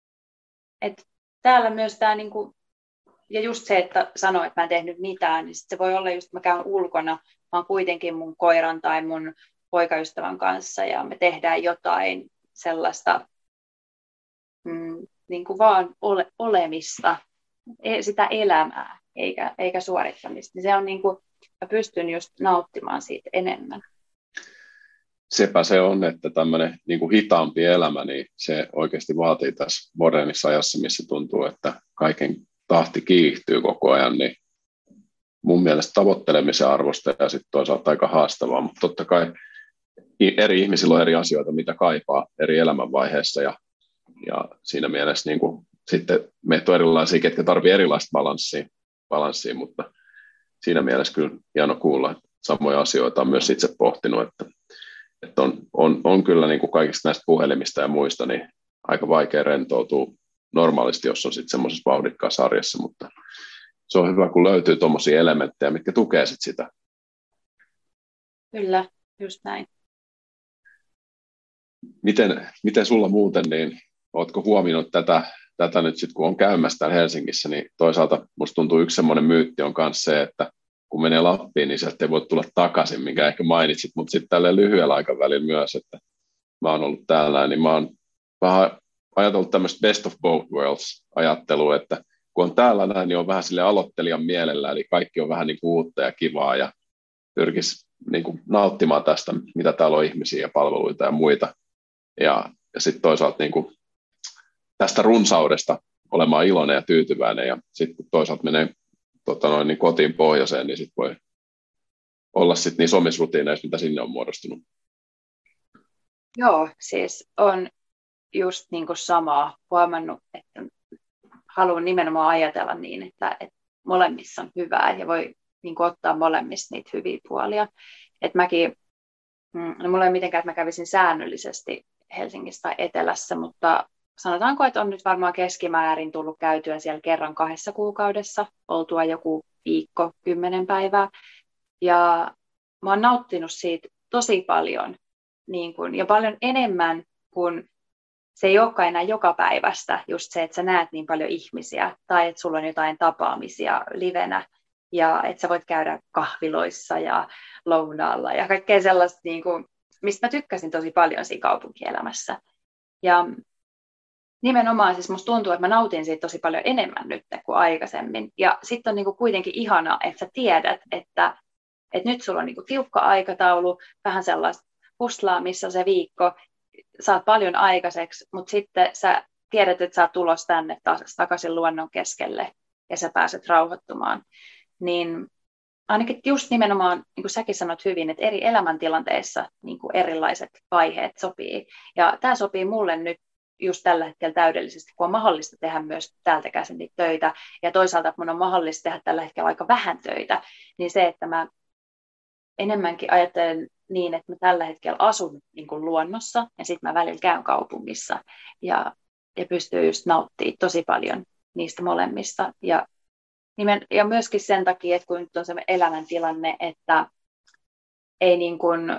Et täällä myös tää niinku, ja just se, että sanoo, että mä en tehnyt mitään, niin sit se voi olla just, että mä käyn ulkona, mä oon kuitenkin mun koiran tai mun poikaystävän kanssa ja me tehdään jotain sellaista niin kuin vaan olemista, sitä elämää eikä suorittamista. Niin se on niin kuin, mä pystyn just nauttimaan siitä enemmän. Sepä se on, että tämmöinen niin kuin hitaampi elämä, niin se oikeasti vaatii tässä modernissa ajassa, missä tuntuu, että kaiken tahti kiihtyy koko ajan, niin mun mielestä tavoittelemisen arvosta ja sitten toisaalta aika haastavaa, mutta totta kai eri ihmisillä on eri asioita, mitä kaipaa eri elämänvaiheessa ja siinä mielessä niin kuin, sitten meitä on erilaisia, ketkä tarvitsevat erilaista balanssia, mutta siinä mielessä kyllä hieno kuulla, että samoja asioita on myös itse pohtinut, että on kyllä niin kuin kaikista näistä puhelimista ja muista niin aika vaikea rentoutua normaalisti, jos on sitten semmoisessa vauhdikkaassa arjessa, mutta se on hyvä, kun löytyy tuommoisia elementtejä, mitkä tukee sit sitä. Kyllä, just näin. Miten sulla muuten, niin ootko huomioinut tätä nyt sitten, kun on käymässä täällä Helsingissä, niin toisaalta musta tuntuu yksi semmoinen myytti on myös se, että kun menee Lappiin, niin sieltä ei voi tulla takaisin, minkä ehkä mainitsit, mutta sitten tällä lyhyellä aikavälillä myös, että mä oon ollut täällä, niin mä oon vähän ajatellut tämmöistä best of both worlds -ajattelua, että kun on täällä näin, niin on vähän sille aloittelijan mielellä, eli kaikki on vähän niin kuin uutta ja kivaa, ja pyrkisi niin kuin nauttimaan tästä, mitä täällä on ihmisiä ja palveluita ja muita, ja sitten toisaalta niin kuin tästä runsaudesta olemaan iloinen ja tyytyväinen, ja sitten kun toisaalta menee niin kotiin pohjoiseen, niin sitten voi olla sitten niissä omissa rutiineissa, mitä sinne on muodostunut. Joo, siis on just niin kuin samaa huomannut, että haluan nimenomaan ajatella niin, että molemmissa on hyvää ja voi niin kuin ottaa molemmista niitä hyviä puolia. Että mäkin, no mulla ei ole mitenkään, että mä kävisin säännöllisesti Helsingissä tai Etelässä, mutta sanotaanko, että on nyt varmaan keskimäärin tullut käytyä siellä kerran 2 kuukaudessa, oltua joku viikko, 10 päivää. Ja mä oon nauttinut siitä tosi paljon, niin kun, ja paljon enemmän kuin se ei olekaan enää joka päivästä, just se, että sä näet niin paljon ihmisiä, tai että sulla on jotain tapaamisia livenä, ja että sä voit käydä kahviloissa ja lounaalla, ja kaikkea sellaista, niin kun, mistä mä tykkäsin tosi paljon siinä kaupunkielämässä. Ja nimenomaan siis musta tuntuu, että mä nautin siitä tosi paljon enemmän nyt kuin aikaisemmin. Ja sitten on niinku kuitenkin ihana, että sä tiedät, että nyt sulla on niinku tiukka aikataulu, vähän sellaista puslaa, missä se viikko, saat paljon aikaiseksi, mutta sitten sä tiedät, että sä oot tulossa tänne takaisin luonnon keskelle ja sä pääset rauhoittumaan. Niin ainakin just nimenomaan, niin kuin säkin sanot hyvin, että eri elämäntilanteissa niin kuin erilaiset vaiheet sopii. Ja tämä sopii mulle nyt just tällä hetkellä täydellisesti, kun on mahdollista tehdä myös täältä käsin niitä töitä, ja toisaalta, että mun on mahdollista tehdä tällä hetkellä aika vähän töitä, niin se, että mä enemmänkin ajattelen niin, että mä tällä hetkellä asun niin kuin luonnossa, ja sitten mä välillä käyn kaupungissa, ja pystyy just nauttimaan tosi paljon niistä molemmista, ja myöskin sen takia, että kun nyt on se elämäntilanne, että ei niin kuin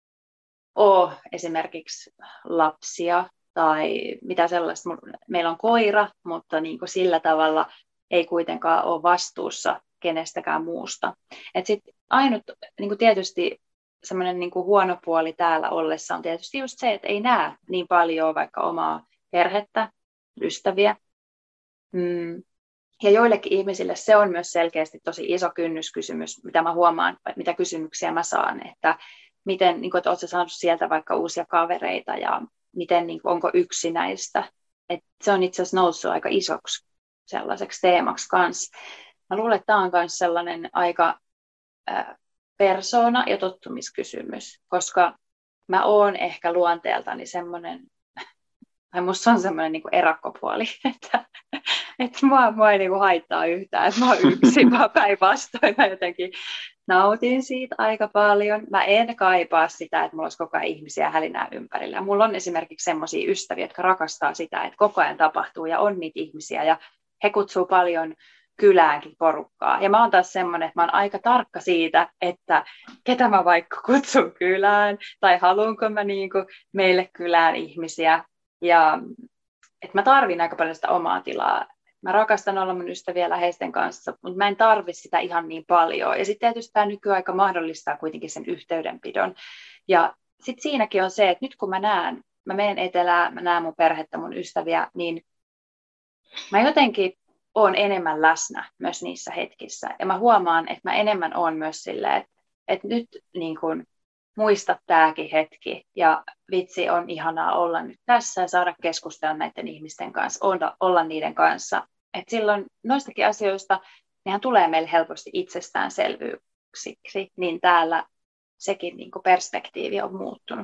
ole esimerkiksi lapsia, tai mitä sellaista, meillä on koira, mutta niin kuin sillä tavalla ei kuitenkaan ole vastuussa kenestäkään muusta. Et sit ainut niin kuin tietysti semmoinen niin kuin huono puoli täällä ollessa on tietysti just se, että ei näe niin paljon vaikka omaa perhettä, ystäviä. Ja joillekin ihmisille se on myös selkeästi tosi iso kynnyskysymys, mitä mä huomaan, mitä kysymyksiä mä saan, että miten, niin kuin, että ootko saanut sieltä vaikka uusia kavereita ja miten, niin kuin, onko yksinäistä. Et se on itse asiassa noussut aika isoksi sellaiseksi teemaksi kanssa. Mä luulen, että tämä on myös sellainen aika persoona- ja tottumiskysymys, koska mä oon ehkä luonteeltani semmoinen, tai musta on semmoinen niin kuin erakkopuoli, että mua ei niin kuin haittaa yhtään, että mä oon yksin, vaan päinvastoin. Mä jotenkin nautin siitä aika paljon. Mä en kaipaa sitä, että mulla olisi koko ajan ihmisiä hälinää ympärillä. Mulla on esimerkiksi semmoisia ystäviä, jotka rakastaa sitä, että koko ajan tapahtuu ja on niitä ihmisiä ja he kutsuu paljon kyläänkin porukkaa. Ja mä oon taas semmoinen, että mä oon aika tarkka siitä, että ketä mä vaikka kutsun kylään tai haluanko mä niinku meille kylään ihmisiä. Ja että mä tarvin aika paljon sitä omaa tilaa. Mä rakastan olla mun ystäviä läheisten kanssa, mutta mä en tarvi sitä ihan niin paljon. Ja sitten tietysti tämä nykyaika mahdollistaa kuitenkin sen yhteydenpidon. Ja sitten siinäkin on se, että nyt kun mä menen etelään, mä näen mun perhettä, mun ystäviä, niin mä jotenkin oon enemmän läsnä myös niissä hetkissä. Ja mä huomaan, että mä enemmän oon myös silleen, että nyt niin kun muista tämäkin hetki. Ja vitsi, on ihanaa olla nyt tässä ja saada keskustella näiden ihmisten kanssa, olla niiden kanssa. Että silloin noistakin asioista, nehän tulee meille helposti itsestäänselvyyksiksi, niin täällä sekin niin kuin perspektiivi on muuttunut.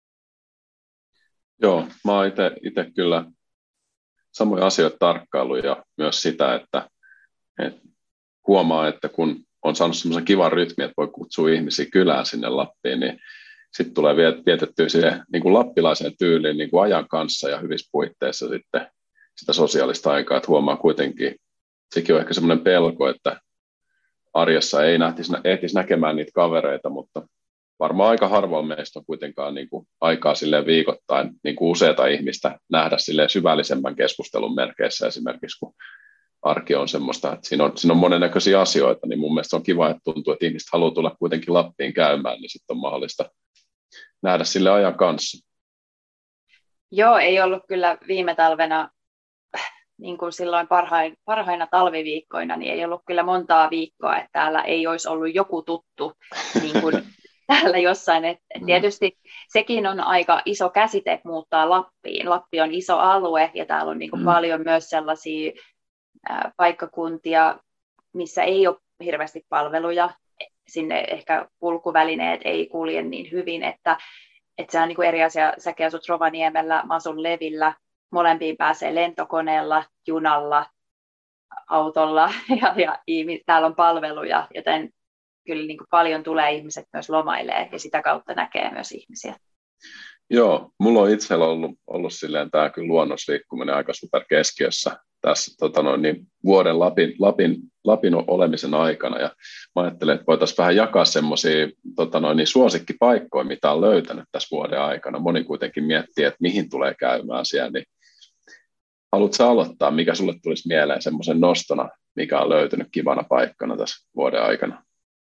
Joo, mä oon itse kyllä samoja asioita tarkkailu ja myös sitä, että huomaa, että kun on saanut semmoisen kivan rytmin, että voi kutsua ihmisiä kylään sinne Lappiin, niin sitten tulee vietettyä siihen niin kuin lappilaiseen tyyliin niin kuin ajan kanssa ja hyvissä puitteissa sitten sitä sosiaalista aikaa, että huomaa kuitenkin sekin on ehkä semmoinen pelko, että arjessa ei ehtisi näkemään niitä kavereita, mutta varmaan aika harvoin meistä on kuitenkaan niin kuin aikaa silleen viikoittain niin kuin useata ihmistä nähdä silleen syvällisemmän keskustelun merkeissä esimerkiksi, kun arki on semmoista, että siinä on monennäköisiä asioita, niin mun mielestä on kiva, että tuntuu, että ihmiset haluaa tulla kuitenkin Lappiin käymään, niin sitten on mahdollista nähdä sille ajan kanssa. Joo, ei ollut kyllä viime talvena, niin kuin silloin parhaina talviviikkoina, niin ei ollut kyllä montaa viikkoa, että täällä ei olisi ollut joku tuttu niin kuin täällä jossain. Et tietysti sekin on aika iso käsite muuttaa Lappiin. Lappi on iso alue ja täällä on niin kuin paljon myös sellaisia paikkakuntia, missä ei ole hirveästi palveluja. Sinne ehkä kulkuvälineet ei kulje niin hyvin, että se on niin kuin eri asia. Säkin asut Rovaniemellä, mä asun Levillä. Molempiin pääsee lentokoneella, junalla, autolla ja täällä on palveluja, joten kyllä niin kuin paljon tulee ihmiset myös lomailee ja sitä kautta näkee myös ihmisiä. Joo, mulla on itsellä ollut silleen tämä kyllä luonnosliikkuminen aika super keskiössä tässä vuoden Lapin olemisen aikana, ja mä ajattelen, että voitaisiin vähän jakaa semmoisia suosikkipaikkoja, mitä on löytänyt tässä vuoden aikana. Moni kuitenkin miettii, että mihin tulee käymään siellä, niin haluatko aloittaa, mikä sulle tulisi mieleen semmoisen nostona, mikä on löytynyt kivana paikkana tässä vuoden aikana?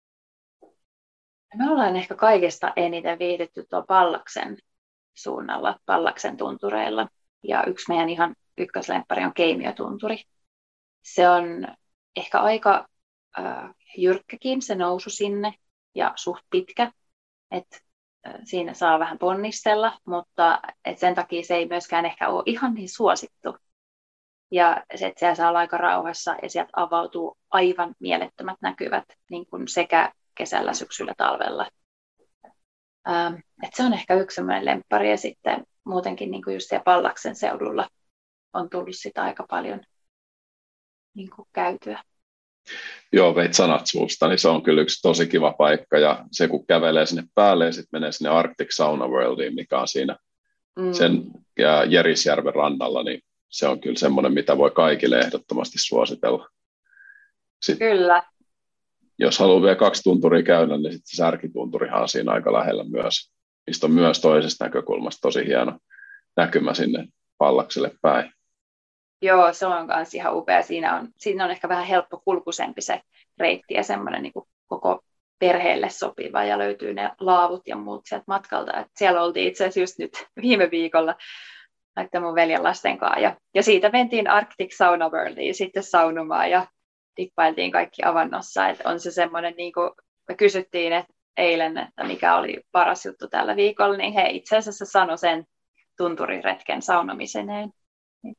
Me ollaan ehkä kaikista eniten viihdytty tuo Pallaksen suunnalla, Pallaksen tuntureilla. Ja yksi meidän ihan ykköslemppari on Keimiotunturi. Se on ehkä aika jyrkkäkin se nousu sinne ja suht pitkä. Siinä saa vähän ponnistella, mutta sen takia se ei myöskään ehkä ole ihan niin suosittu. Ja se, että siellä saa olla aika rauhassa ja sieltä avautuu aivan mielettömät näkyvät niin kuin sekä kesällä, syksyllä, talvella. Se on ehkä yksi sellainen lemppari, ja sitten muutenkin niin kuin just siellä Pallaksen seudulla on tullut sitä aika paljon niin kuin käytyä. Joo, veit sanat suusta, niin se on kyllä yksi tosi kiva paikka, ja se kun kävelee sinne päälle ja sitten menee sinne Arctic Sauna Worldiin, mikä on siinä sen Jerisjärven rannalla, niin se on kyllä semmoinen, mitä voi kaikille ehdottomasti suositella. Sitten, kyllä. Jos haluaa vielä 2 tunturia käydä, niin sitten se Särkitunturihan on siinä aika lähellä myös, mistä on myös toisesta näkökulmasta tosi hieno näkymä sinne Pallakselle päin. Joo, se on myös ihan upea. Siinä on ehkä vähän helppokulkuisempi se reitti ja semmoinen niin kuin koko perheelle sopiva, ja löytyy ne laavut ja muut sieltä matkalta. Et siellä oltiin itse asiassa just nyt viime viikolla mun veljen lasten kanssa. Ja siitä mentiin Arctic Sauna Worldiin sitten saunomaan ja dippailtiin kaikki avannossa. Et on se semmoinen, niin kuin me kysyttiin eilen, että mikä oli paras juttu tällä viikolla, niin he itse asiassa sanoi sen tunturiretken saunomiseneen. Niin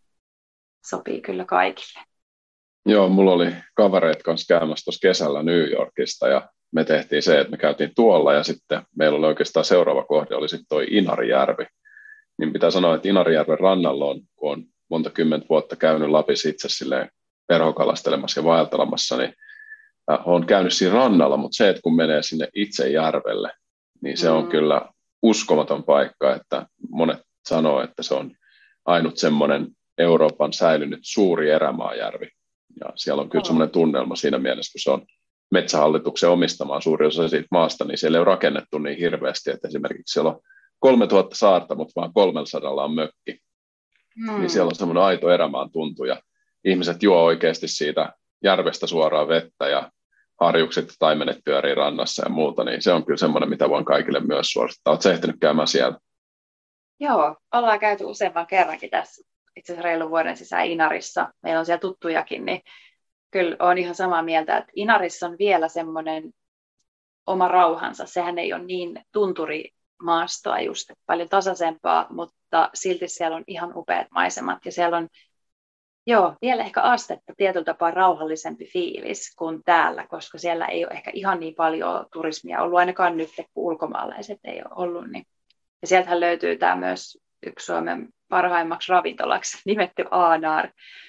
sopii kyllä kaikille. Joo, mulla oli kavereet kanssa käymässä tuossa kesällä New Yorkista, ja me tehtiin se, että me käytiin tuolla, ja sitten meillä oli oikeastaan seuraava kohde, oli sitten toi Inarijärvi. Niin pitää sanoa, että Inarijärven rannalla kun on monta kymmentä vuotta käynyt Lapissa itse silleen perhokalastelemassa ja vaeltelemassa, niin olen käynyt siinä rannalla, mutta se, että kun menee sinne itse järvelle, niin se on kyllä uskomaton paikka, että monet sanoo, että se on ainut semmoinen Euroopan säilynyt suuri erämaajärvi. Ja siellä on kyllä semmoinen tunnelma siinä mielessä, kun se on Metsähallituksen omistamaa suuri osa siitä maasta, niin siellä ei ole rakennettu niin hirveästi, että esimerkiksi siellä on 3000 saarta, mutta vaan 300 on mökki. Niin siellä on semmoinen aito erämaan tuntu, ja ihmiset juo oikeasti siitä järvestä suoraan vettä, ja harjukset ja taimenet pyörii rannassa ja muuta, niin se on kyllä semmoinen, mitä voin kaikille myös suosittaa. Oletko ehtinyt käymään siellä? Joo, ollaan käyty useamman kerrankin tässä, itse asiassa reilun vuoden sisään Inarissa. Meillä on siellä tuttujakin, niin kyllä olen ihan samaa mieltä, että Inarissa on vielä semmoinen oma rauhansa. Sehän ei ole niin tunturimaastoa just, paljon tasaisempaa, mutta silti siellä on ihan upeat maisemat, ja siellä on vielä ehkä astetta tietyllä tapaa rauhallisempi fiilis kuin täällä, koska siellä ei ole ehkä ihan niin paljon turismia ollut, ainakaan nyt, kun ulkomaalaiset ei ole ollut. Niin. Ja sieltähän löytyy tämä myös yksi Suomen parhaimmaksi ravintolaksi nimetty Aanar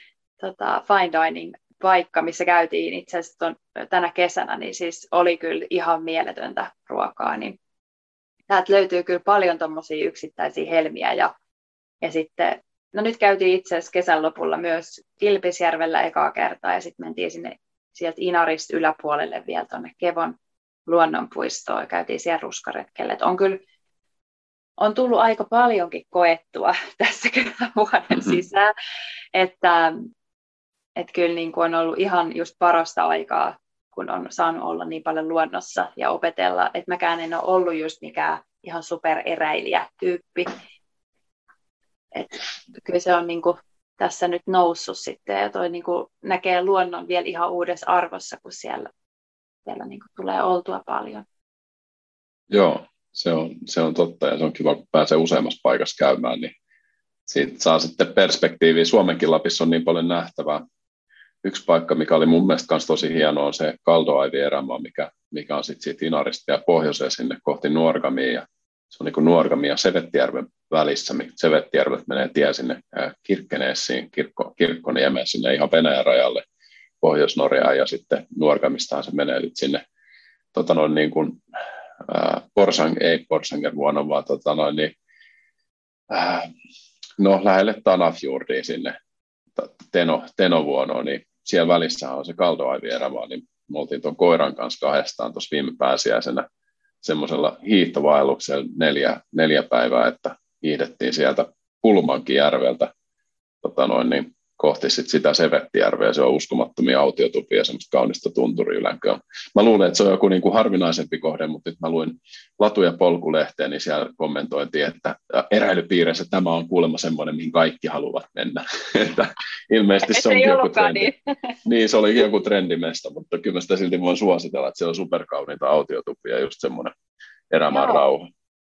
fine dining paikka, missä käytiin itse asiassa tänä kesänä, niin siis oli kyllä ihan mieletöntä ruokaa. Niin täältä löytyy kyllä paljon tuommoisia yksittäisiä helmiä, ja sitten no nyt käytiin itse asiassa kesän lopulla myös Kilpisjärvellä ekaa kertaa ja sitten mentiin sieltä Inarista yläpuolelle vielä tuonne Kevon luonnonpuistoon ja käytiin siellä ruskaretkelle. On tullut aika paljonkin koettua tässä vuoden sisään, että kyllä niin kuin on ollut ihan just parasta aikaa, kun on saanut olla niin paljon luonnossa ja opetella, että mäkään en ole ollut just mikään ihan supereräilijä-tyyppi. Että kyllä se on niin kuin tässä nyt noussut sitten ja toi niin kuin näkee luonnon vielä ihan uudessa arvossa, kun siellä niin kuin tulee oltua paljon. Joo, se on totta ja se on kiva, kun pääsee useammassa paikassa käymään, niin siitä saa sitten perspektiiviä. Suomenkin Lapissa on niin paljon nähtävää. Yksi paikka, mikä oli mun mielestä myös tosi hieno, on se Kaldoaivi-erämaa, mikä on sitten siitä Inarista ja pohjoiseen sinne kohti Nuorgamia. Ja se on niin kuin Nuorgamin ja Sevettijärven välissä. Sevettijärvet menee tie sinne Kirkkeneessiin, Kirkkoniemeen sinne ihan Venäjän rajalle Pohjois-Norjaan. Ja sitten Nuorgamistahan se menee nyt sinne niin kuin, ei Porsangervuonon, vaan lähelle Tanafjordiin sinne Tenovuonoon, niin siellä välissä on se Kaldoaivi-erämaa, niin me oltiin tuon koiran kanssa kahdestaan tuossa viime pääsiäisenä semmoisella hiihtovaelluksella 4 päivää, että hiihdettiin sieltä Pulmankijärveltä kohti sitä Sevettijärveä, se on uskomattomia autiotupia ja semmoista kaunista tunturiylänkö. Mä luulen, että se on joku niin kuin harvinaisempi kohde, mutta nyt mä luin Latu- ja Polku-lehteen, niin siellä kommentoitiin, että eräilypiireissä tämä on kuulemma semmoinen, mihin kaikki haluavat mennä. Että ilmeisesti se onkin joku trendi. Niin, se oli joku trendimesta, mutta kyllä mä sitä silti voin suositella, että se on superkauniita autiotupia ja just semmoinen erämaan rauha.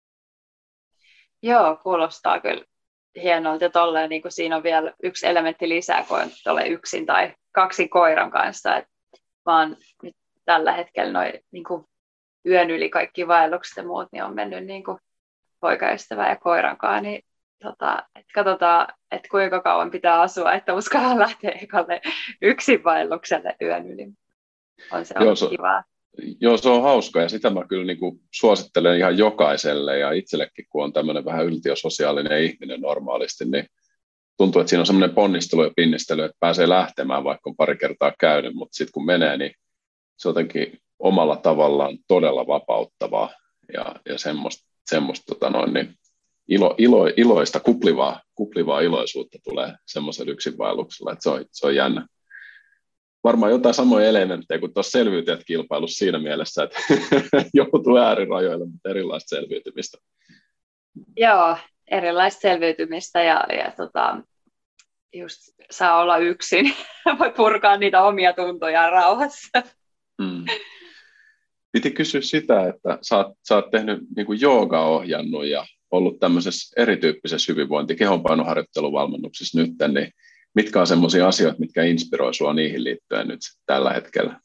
Joo, kuulostaa kyllä hienolta ja tolleen, niin kuin siinä on vielä yksi elementti lisää, kun on yksin tai 2 koiran kanssa. Et vaan nyt tällä hetkellä niin kuin yön yli kaikki vaellukset ja muut niin on mennyt niin kuin poikaystävän ja koiran kanssa. Niin, katsotaan, että kuinka kauan pitää asua, että uskallaan lähteä ekalle yksin vaellukselle yön yli. On se ollut kivaa. Joo, se on hauska ja sitä mä kyllä niin kuin suosittelen ihan jokaiselle ja itsellekin, kun on tämmöinen vähän yltiösosiaalinen ihminen normaalisti, niin tuntuu, että siinä on semmoinen ponnistelu ja pinnistely, että pääsee lähtemään, vaikka on pari kertaa käynyt, mutta sitten kun menee, niin se on jotenkin omalla tavallaan todella vapauttavaa ja semmoista iloista, kuplivaa iloisuutta tulee semmoisella yksinvaelluksella, että se on jännä. Varmaan jotain samoja elementtejä kuin tuossa selviytyjät-kilpailussa siinä mielessä, että joutuu äärirajoille, mutta erilaista selviytymistä. Joo, erilaista selviytymistä ja just saa olla yksin. Voi purkaa niitä omia tuntojaan rauhassa. Piti kysyä sitä, että sä oot tehnyt niin kuin joogaohjannut ja ollut tämmöisessä erityyppisessä kehonpainoharjoitteluvalmennuksessa nyt, niin mitkä on semmoisia asioita, mitkä inspiroi sinua niihin liittyen nyt tällä hetkellä?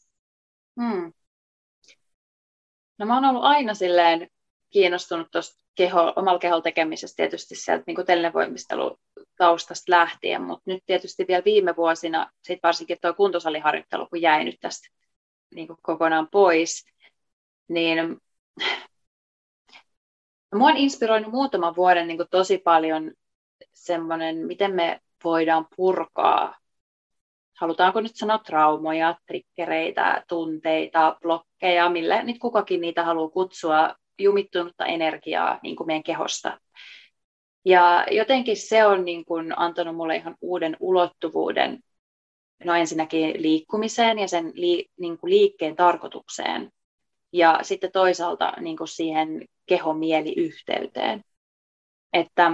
No mä oon ollut aina silleen kiinnostunut tuosta omalla keholla tekemisestä tietysti sieltä niin televoimistelutaustasta lähtien, mutta nyt tietysti vielä viime vuosina, sit varsinkin tuo kuntosaliharjoittelu, kun jäi nyt tästä niin kokonaan pois, niin mua on inspiroinut muutaman vuoden niin tosi paljon semmoinen, miten me voidaan purkaa, halutaanko nyt sanoa traumoja, triggereitä, tunteita, blokkeja, millä nyt kukakin niitä haluaa kutsua, jumittunutta energiaa niin kuin meidän kehosta. Ja jotenkin se on niin kuin antanut mulle ihan uuden ulottuvuuden, no ensinnäkin liikkumiseen ja sen niin kuin liikkeen tarkoitukseen. Ja sitten toisaalta niin kuin siihen keho-mieli-yhteyteen. Että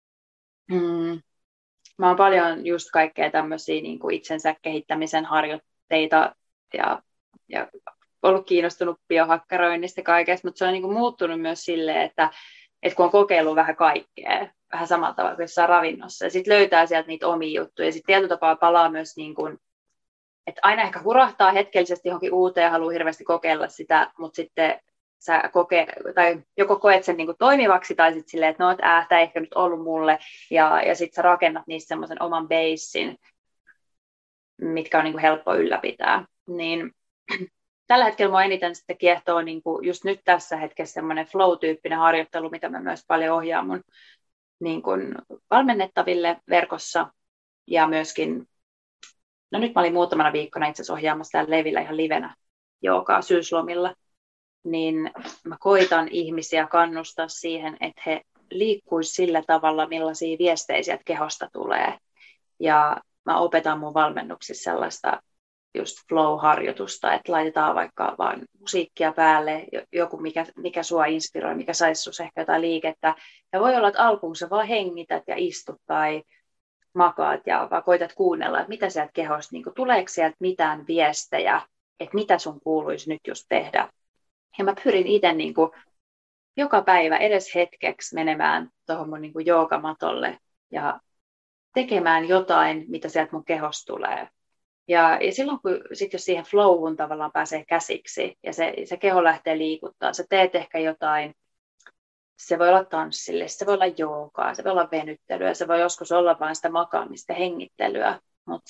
mä oon paljon just kaikkea tämmöisiä niin kuin itsensä kehittämisen harjoitteita ja ollut kiinnostunut biohakkeroinnista kaikesta, mutta se on niin kuin muuttunut myös silleen, että kun on kokeillut vähän kaikkea, vähän samalla tavalla kuin jossain ravinnossa, ja sitten löytää sieltä niitä omia juttuja, ja sitten tietyllä tapaa palaa myös, niin kuin, että aina ehkä hurahtaa hetkellisesti johonkin uuteen ja haluaa hirveästi kokeilla sitä, mutta sitten sä tai joko koet sen niin kuin toimivaksi, tai sitten silleen, että no, tämä ei ehkä nyt ollut mulle, ja sitten sä rakennat niistä semmoisen oman basein, mitkä on niin kuin helppo ylläpitää. Niin tällä hetkellä mua eniten sitten kiehtoo niin kuin just nyt tässä hetkessä semmoinen flow-tyyppinen harjoittelu, mitä mä myös paljon ohjaan mun niin kuin valmennettaville verkossa ja myöskin, no nyt mä olin muutamana viikkona itse asiassa ohjaamassa täällä Levillä ihan livenä joogaa syyslomilla, niin mä koitan ihmisiä kannustaa siihen, että he liikkuisivat sillä tavalla, millaisia viestejä sieltä kehosta tulee. Ja mä opetan mun valmennuksissa sellaista just flow-harjoitusta, että laitetaan vaikka vaan musiikkia päälle, joku mikä sua inspiroi, mikä saisi sus ehkä jotain liikettä. Ja voi olla, että alkuun sä vaan hengität ja istut tai makaat ja vaan koitat kuunnella, että mitä sieltä kehosta, niin tuleeko sieltä mitään viestejä, että mitä sun kuuluisi nyt just tehdä. Ja mä pyrin itse niin kuin joka päivä edes hetkeksi menemään tuohon mun niin kuin joogamatolle ja tekemään jotain, mitä sieltä mun kehosta tulee. Ja silloin, jos siihen flowhun tavallaan pääsee käsiksi ja se keho lähtee liikuttaa, sä teet ehkä jotain, se voi olla tanssille, se voi olla joogaa, se voi olla venyttelyä, se voi joskus olla vain sitä makaamista, hengittelyä, mutta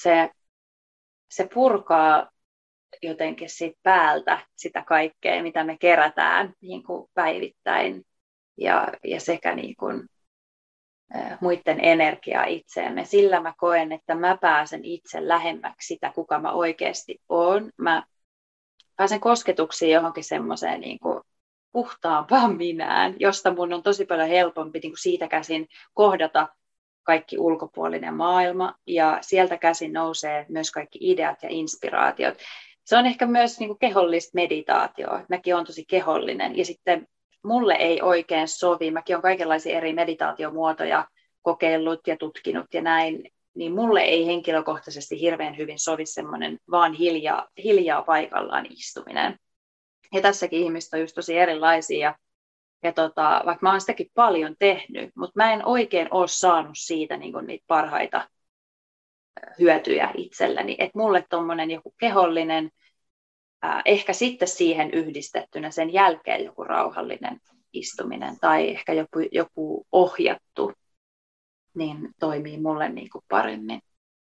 se purkaa jotenkin siitä päältä sitä kaikkea, mitä me kerätään niin kuin päivittäin ja sekä niin kuin muiden energiaa itseemme. Sillä mä koen, että mä pääsen itse lähemmäksi sitä, kuka mä oikeasti oon. Mä pääsen kosketuksiin johonkin semmoiseen niin kuin puhtaampaan minään, josta mun on tosi paljon helpompi niin kuin siitä käsin kohdata kaikki ulkopuolinen maailma, ja sieltä käsin nousee myös kaikki ideat ja inspiraatiot. Se on ehkä myös niin kuin kehollista meditaatioa. Mäkin olen tosi kehollinen, ja sitten mulle ei oikein sovi. Mäkin olen kaikenlaisia eri meditaatiomuotoja kokeillut ja tutkinut ja näin, niin mulle ei henkilökohtaisesti hirveän hyvin sovi semmoinen vaan hiljaa paikallaan istuminen. Ja tässäkin ihmiset on just tosi erilaisia. Ja vaikka mä oon sitäkin paljon tehnyt, mutta mä en oikein ole saanut siitä niin kuin niitä parhaita hyötyjä itselleni. Että mulle tommonen joku kehollinen, ehkä sitten siihen yhdistettynä sen jälkeen joku rauhallinen istuminen tai ehkä joku ohjattu, niin toimii mulle niin kuin paremmin.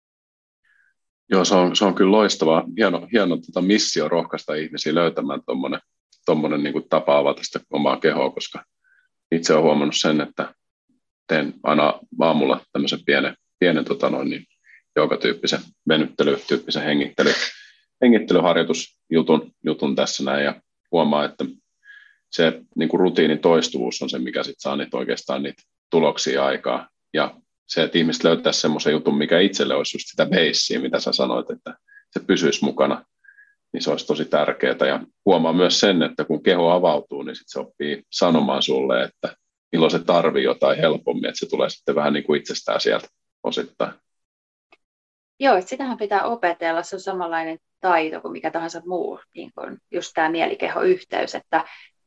Joo, se on kyllä loistavaa. Hieno missio rohkaista ihmisiä löytämään tuommoinen niin kuin tapa avata sitä omaa kehoa, koska itse olen huomannut sen, että teen aina aamulla tämmöisen pienen joogatyyppisen venyttelytyyppisen hengittelyharjoitusjutun tässä näin, ja huomaa, että se niin kuin rutiinin toistuvuus on se, mikä sitten saa oikeastaan niitä tuloksia aikaa. Ja se, että ihmiset löytää semmoisen jutun, mikä itselle olisi just sitä beissiä, mitä sä sanoit, että se pysyisi mukana, niin se olisi tosi tärkeää. Ja huomaa myös sen, että kun keho avautuu, niin sitten se oppii sanomaan sulle, että milloin se tarvii jotain helpommin, että se tulee sitten vähän niin kuin itsestään sieltä osittain. Joo, että sitähän pitää opetella. Se on samanlainen taito kuin mikä tahansa muu, niin kuin just tämä mielikehoyhteys, että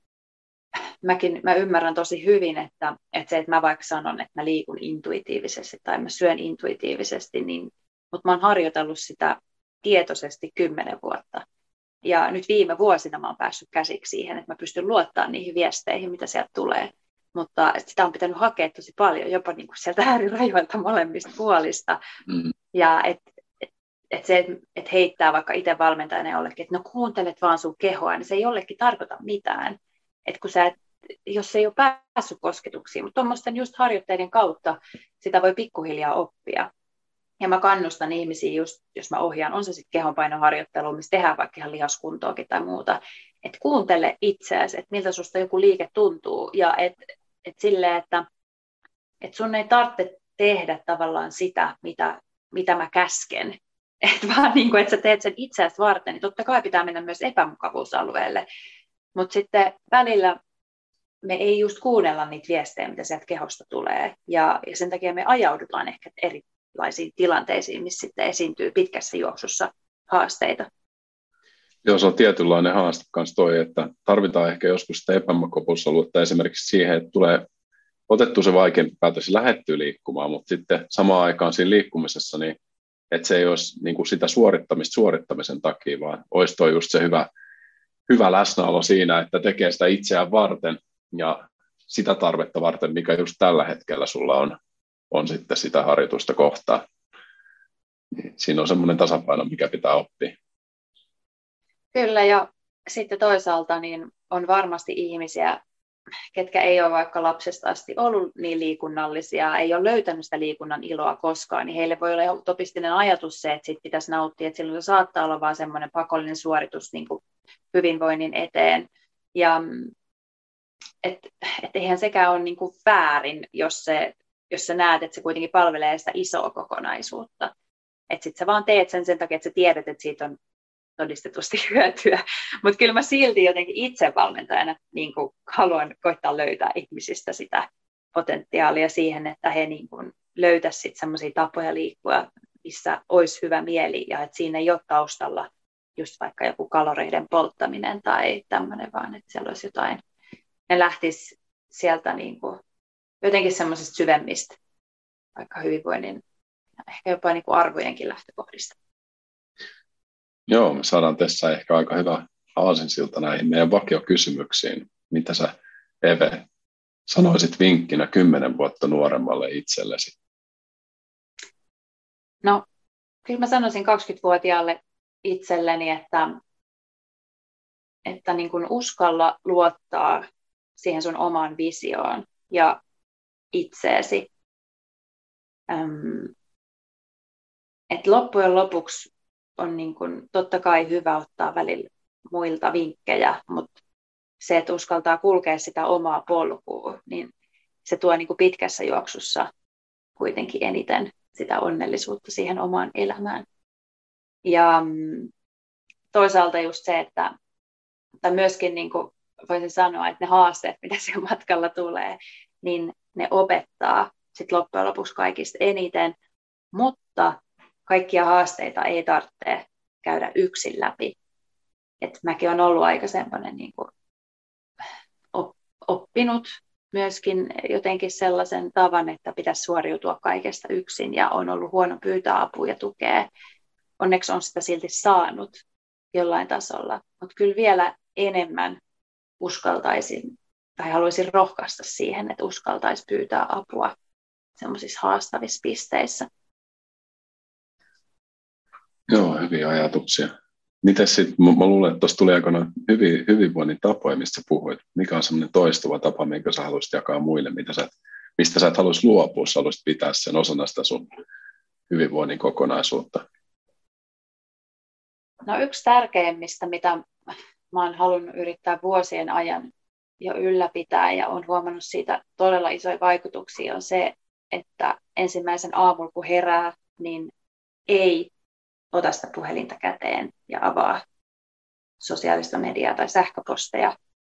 mä ymmärrän tosi hyvin, että se, että mä vaikka sanon, että mä liikun intuitiivisesti tai mä syön intuitiivisesti, mutta mä oon harjoitellut sitä tietoisesti 10 vuotta. Ja nyt viime vuosina mä oon päässyt käsiksi siihen, että mä pystyn luottamaan niihin viesteihin, mitä sieltä tulee. Mutta sitä on pitänyt hakea tosi paljon, jopa niin kuin sieltä äärirajoilta molemmista puolista. Ja että heittää vaikka itse valmentajana jollekin, että no kuuntelet vaan sun kehoa, niin se ei jollekin tarkoita mitään. Että jos ei ole päässyt kosketuksiin, mutta tuommoisten just harjoitteiden kautta sitä voi pikkuhiljaa oppia. Ja mä kannustan ihmisiä just, jos mä ohjaan, on se sitten kehonpainoharjoittelu, missä tehdään vaikka ihan lihaskuntoakin tai muuta, että kuuntele itseäsi, että miltä susta joku liike tuntuu, ja silleen, että sun ei tarvitse tehdä tavallaan sitä, mitä mä käsken, että vaan niin kuin, että sä teet sen itseäsi varten, niin totta kai pitää mennä myös epämukavuusalueelle, mutta sitten välillä me ei just kuunnella niitä viestejä, mitä sieltä kehosta tulee, ja sen takia me ajaudutaan ehkä erilaisiin tilanteisiin, missä sitten esiintyy pitkässä juoksussa haasteita. Joo, se on tietynlainen haaste kanssa toi, että tarvitaan ehkä joskus sitä epämukavuusaluetta esimerkiksi siihen, että tulee otettu se vaikeampi päätös ja lähdettyä liikkumaan, mutta sitten samaan aikaan siinä liikkumisessa, niin että se ei olisi niin kuin sitä suorittamisen takia, vaan olisi toi just se hyvä läsnäolo siinä, että tekee sitä itseään varten ja sitä tarvetta varten, mikä just tällä hetkellä sulla on sitten sitä harjoitusta kohtaa. Niin siinä on semmoinen tasapaino, mikä pitää oppia. Kyllä, ja sitten toisaalta niin on varmasti ihmisiä, ketkä ei ole vaikka lapsesta asti ollut niin liikunnallisia, ei ole löytänyt sitä liikunnan iloa koskaan, niin heille voi olla utopistinen ajatus se, että siitä pitäisi nauttia, että silloin se saattaa olla vaan semmoinen pakollinen suoritus niin kuin hyvinvoinnin eteen. Ja eihän sekään ole niin kuin väärin, jos sä näet, että se kuitenkin palvelee sitä isoa kokonaisuutta. Että sitten sä vaan teet sen takia, että sä tiedät, että siitä on todistetusti hyötyä. Mutta kyllä mä silti jotenkin itse valmentajana niin kuin haluan koittaa löytää ihmisistä sitä potentiaalia siihen, että he niin kuin löytäisivät sellaisia tapoja liikkua, missä olisi hyvä mieli ja että siinä ei ole taustalla just vaikka joku kaloreiden polttaminen tai tämmöinen, vaan että siellä olisi jotain. Ne lähtisi sieltä niin kuin jotenkin semmoisista syvemmistä, vaikka hyvinvoinnin, ehkä jopa niin kuin arvojenkin lähtökohdista. Joo, me saadaan tässä ehkä aika hyvä aasinsilta näihin meidän vakiokysymyksiin. Mitä sä, Eve, sanoisit vinkkinä 10 vuotta nuoremmalle itsellesi? No, kyllä mä sanoisin 20-vuotiaalle itselleni, että niin kuin uskalla luottaa siihen sun omaan visioon ja itseesi. Että loppujen lopuksi on niin kuin, totta kai hyvä ottaa välillä muilta vinkkejä, mutta se, että uskaltaa kulkea sitä omaa polkua, niin se tuo niin kuin pitkässä juoksussa kuitenkin eniten sitä onnellisuutta siihen omaan elämään. Ja toisaalta just se, että myöskin niin kuin voisin sanoa, että ne haasteet, mitä siellä matkalla tulee, niin ne opettaa sit loppujen lopuksi kaikista eniten, mutta kaikkia haasteita ei tarvitse käydä yksin läpi. Et mäkin olen ollut aika semmoinen niin kuin oppinut myöskin jotenkin sellaisen tavan, että pitäisi suoriutua kaikesta yksin ja on ollut huono pyytää apua ja tukea. Onneksi on sitä silti saanut jollain tasolla, mutta kyllä vielä enemmän uskaltaisin tai haluaisin rohkaista siihen, että uskaltaisi pyytää apua semmoisissa haastavissa pisteissä. Joo, hyviä ajatuksia. Mites sitten, mä luulen, että tuossa tuli aikana hyvinvoinnin tapoja, mistä sä puhuit. Mikä on semmoinen toistuva tapa, minkä sä haluaisit jakaa muille, mistä sä et haluaisi luopua, sä haluaisit pitää sen osana sitä sun hyvinvoinnin kokonaisuutta? No yksi tärkeimmistä, mitä mä oon halunnut yrittää vuosien ajan jo ylläpitää ja olen huomannut siitä todella isoja vaikutuksia, on se, että ensimmäisen aamulla kun herää, niin ei ota sitä puhelinta käteen ja avaa sosiaalista mediaa tai sähköposteja,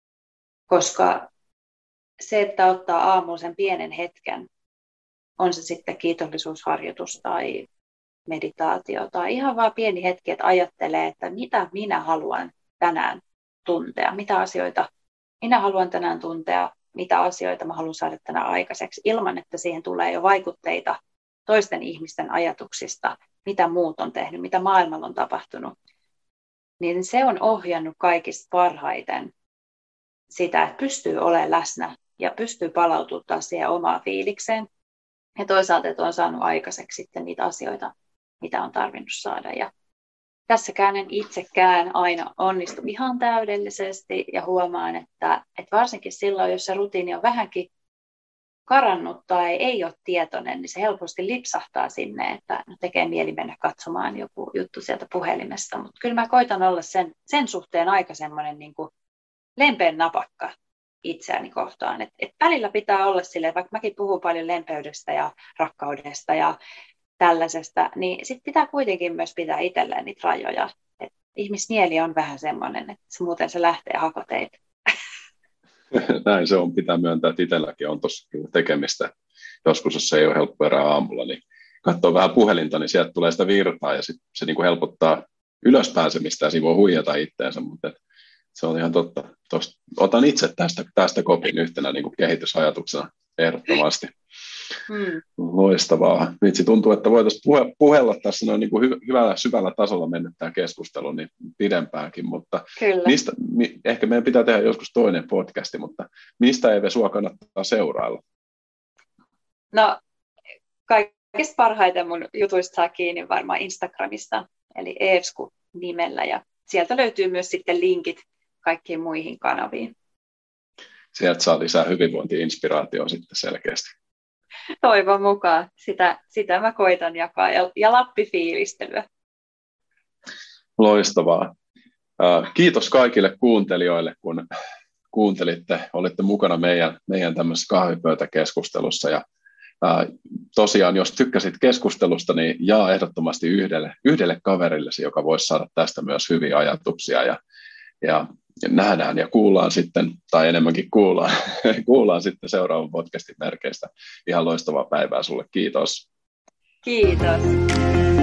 koska se, että ottaa aamulla sen pienen hetken, on se sitten kiitollisuusharjoitus tai meditaatio tai ihan vaan pieni hetki, että ajattelee, että mitä minä haluan tänään tuntea, mitä asioita minä haluan tänään tuntea, mitä asioita mä haluan saada tänään aikaiseksi, ilman että siihen tulee jo vaikutteita toisten ihmisten ajatuksista, mitä muut on tehnyt, mitä maailmalla on tapahtunut, niin se on ohjannut kaikista parhaiten sitä, että pystyy olemaan läsnä ja pystyy palautumaan siihen omaan fiilikseen. Ja toisaalta, että on saanut aikaiseksi sitten niitä asioita, mitä on tarvinnut saada. Ja tässäkään en itsekään aina onnistu ihan täydellisesti ja huomaan, että varsinkin silloin, jos se rutiini on vähänkin karannut tai ei ole tietoinen, niin se helposti lipsahtaa sinne, että tekee mieli mennä katsomaan joku juttu sieltä puhelimesta. Mutta kyllä mä koitan olla sen suhteen aika semmoinen niin kuin lempeän napakka itseäni kohtaan. Et välillä pitää olla silleen, vaikka mäkin puhun paljon lempeydestä ja rakkaudesta ja tällaisesta, niin sitten pitää kuitenkin myös pitää itselleen niitä rajoja. Et ihmismieli on vähän semmoinen, että muuten se lähtee hakoteille. Näin se on, pitää myöntää, että itselläkin on tuossa tekemistä. Joskus, jos se ei ole helppo erää aamulla, niin katsoo vähän puhelinta, niin sieltä tulee sitä virtaa ja sitten se niin kuin helpottaa ylöspääsemistä ja siinä voi huijata itteensä, mutta se on ihan totta. Otan itse tästä kopin yhtenä niin kuin kehitysajatuksena ehdottomasti. Loistavaa. Vitsi, tuntuu, että voitaisiin puhella tässä noin niin kuin hyvällä syvällä tasolla mennä tämä keskustelu niin pidempäänkin, mutta ehkä meidän pitää tehdä joskus toinen podcasti, mutta mistä Eve sua kannattaa seurailla? No, kaikista parhaiten mun jutuista saa kiinni varmaan Instagramista, eli Eevsku-nimellä, ja sieltä löytyy myös sitten linkit kaikkiin muihin kanaviin. sieltä saa lisää hyvinvointi-inspiraatioa sitten selkeästi. Toivon mukaan. Sitä mä koitan jakaa. Ja Lappi-fiilistelyä. Loistavaa. Kiitos kaikille kuuntelijoille, kun kuuntelitte, olitte mukana meidän tämmöisessä kahvipöytäkeskustelussa. Ja tosiaan, jos tykkäsit keskustelusta, niin jaa ehdottomasti yhdelle kaverillesi, joka voisi saada tästä myös hyviä ajatuksia. Ja nähdään ja kuullaan sitten, tai enemmänkin kuullaan sitten seuraavan podcastin merkeistä. Ihan loistavaa päivää sulle. Kiitos. Kiitos.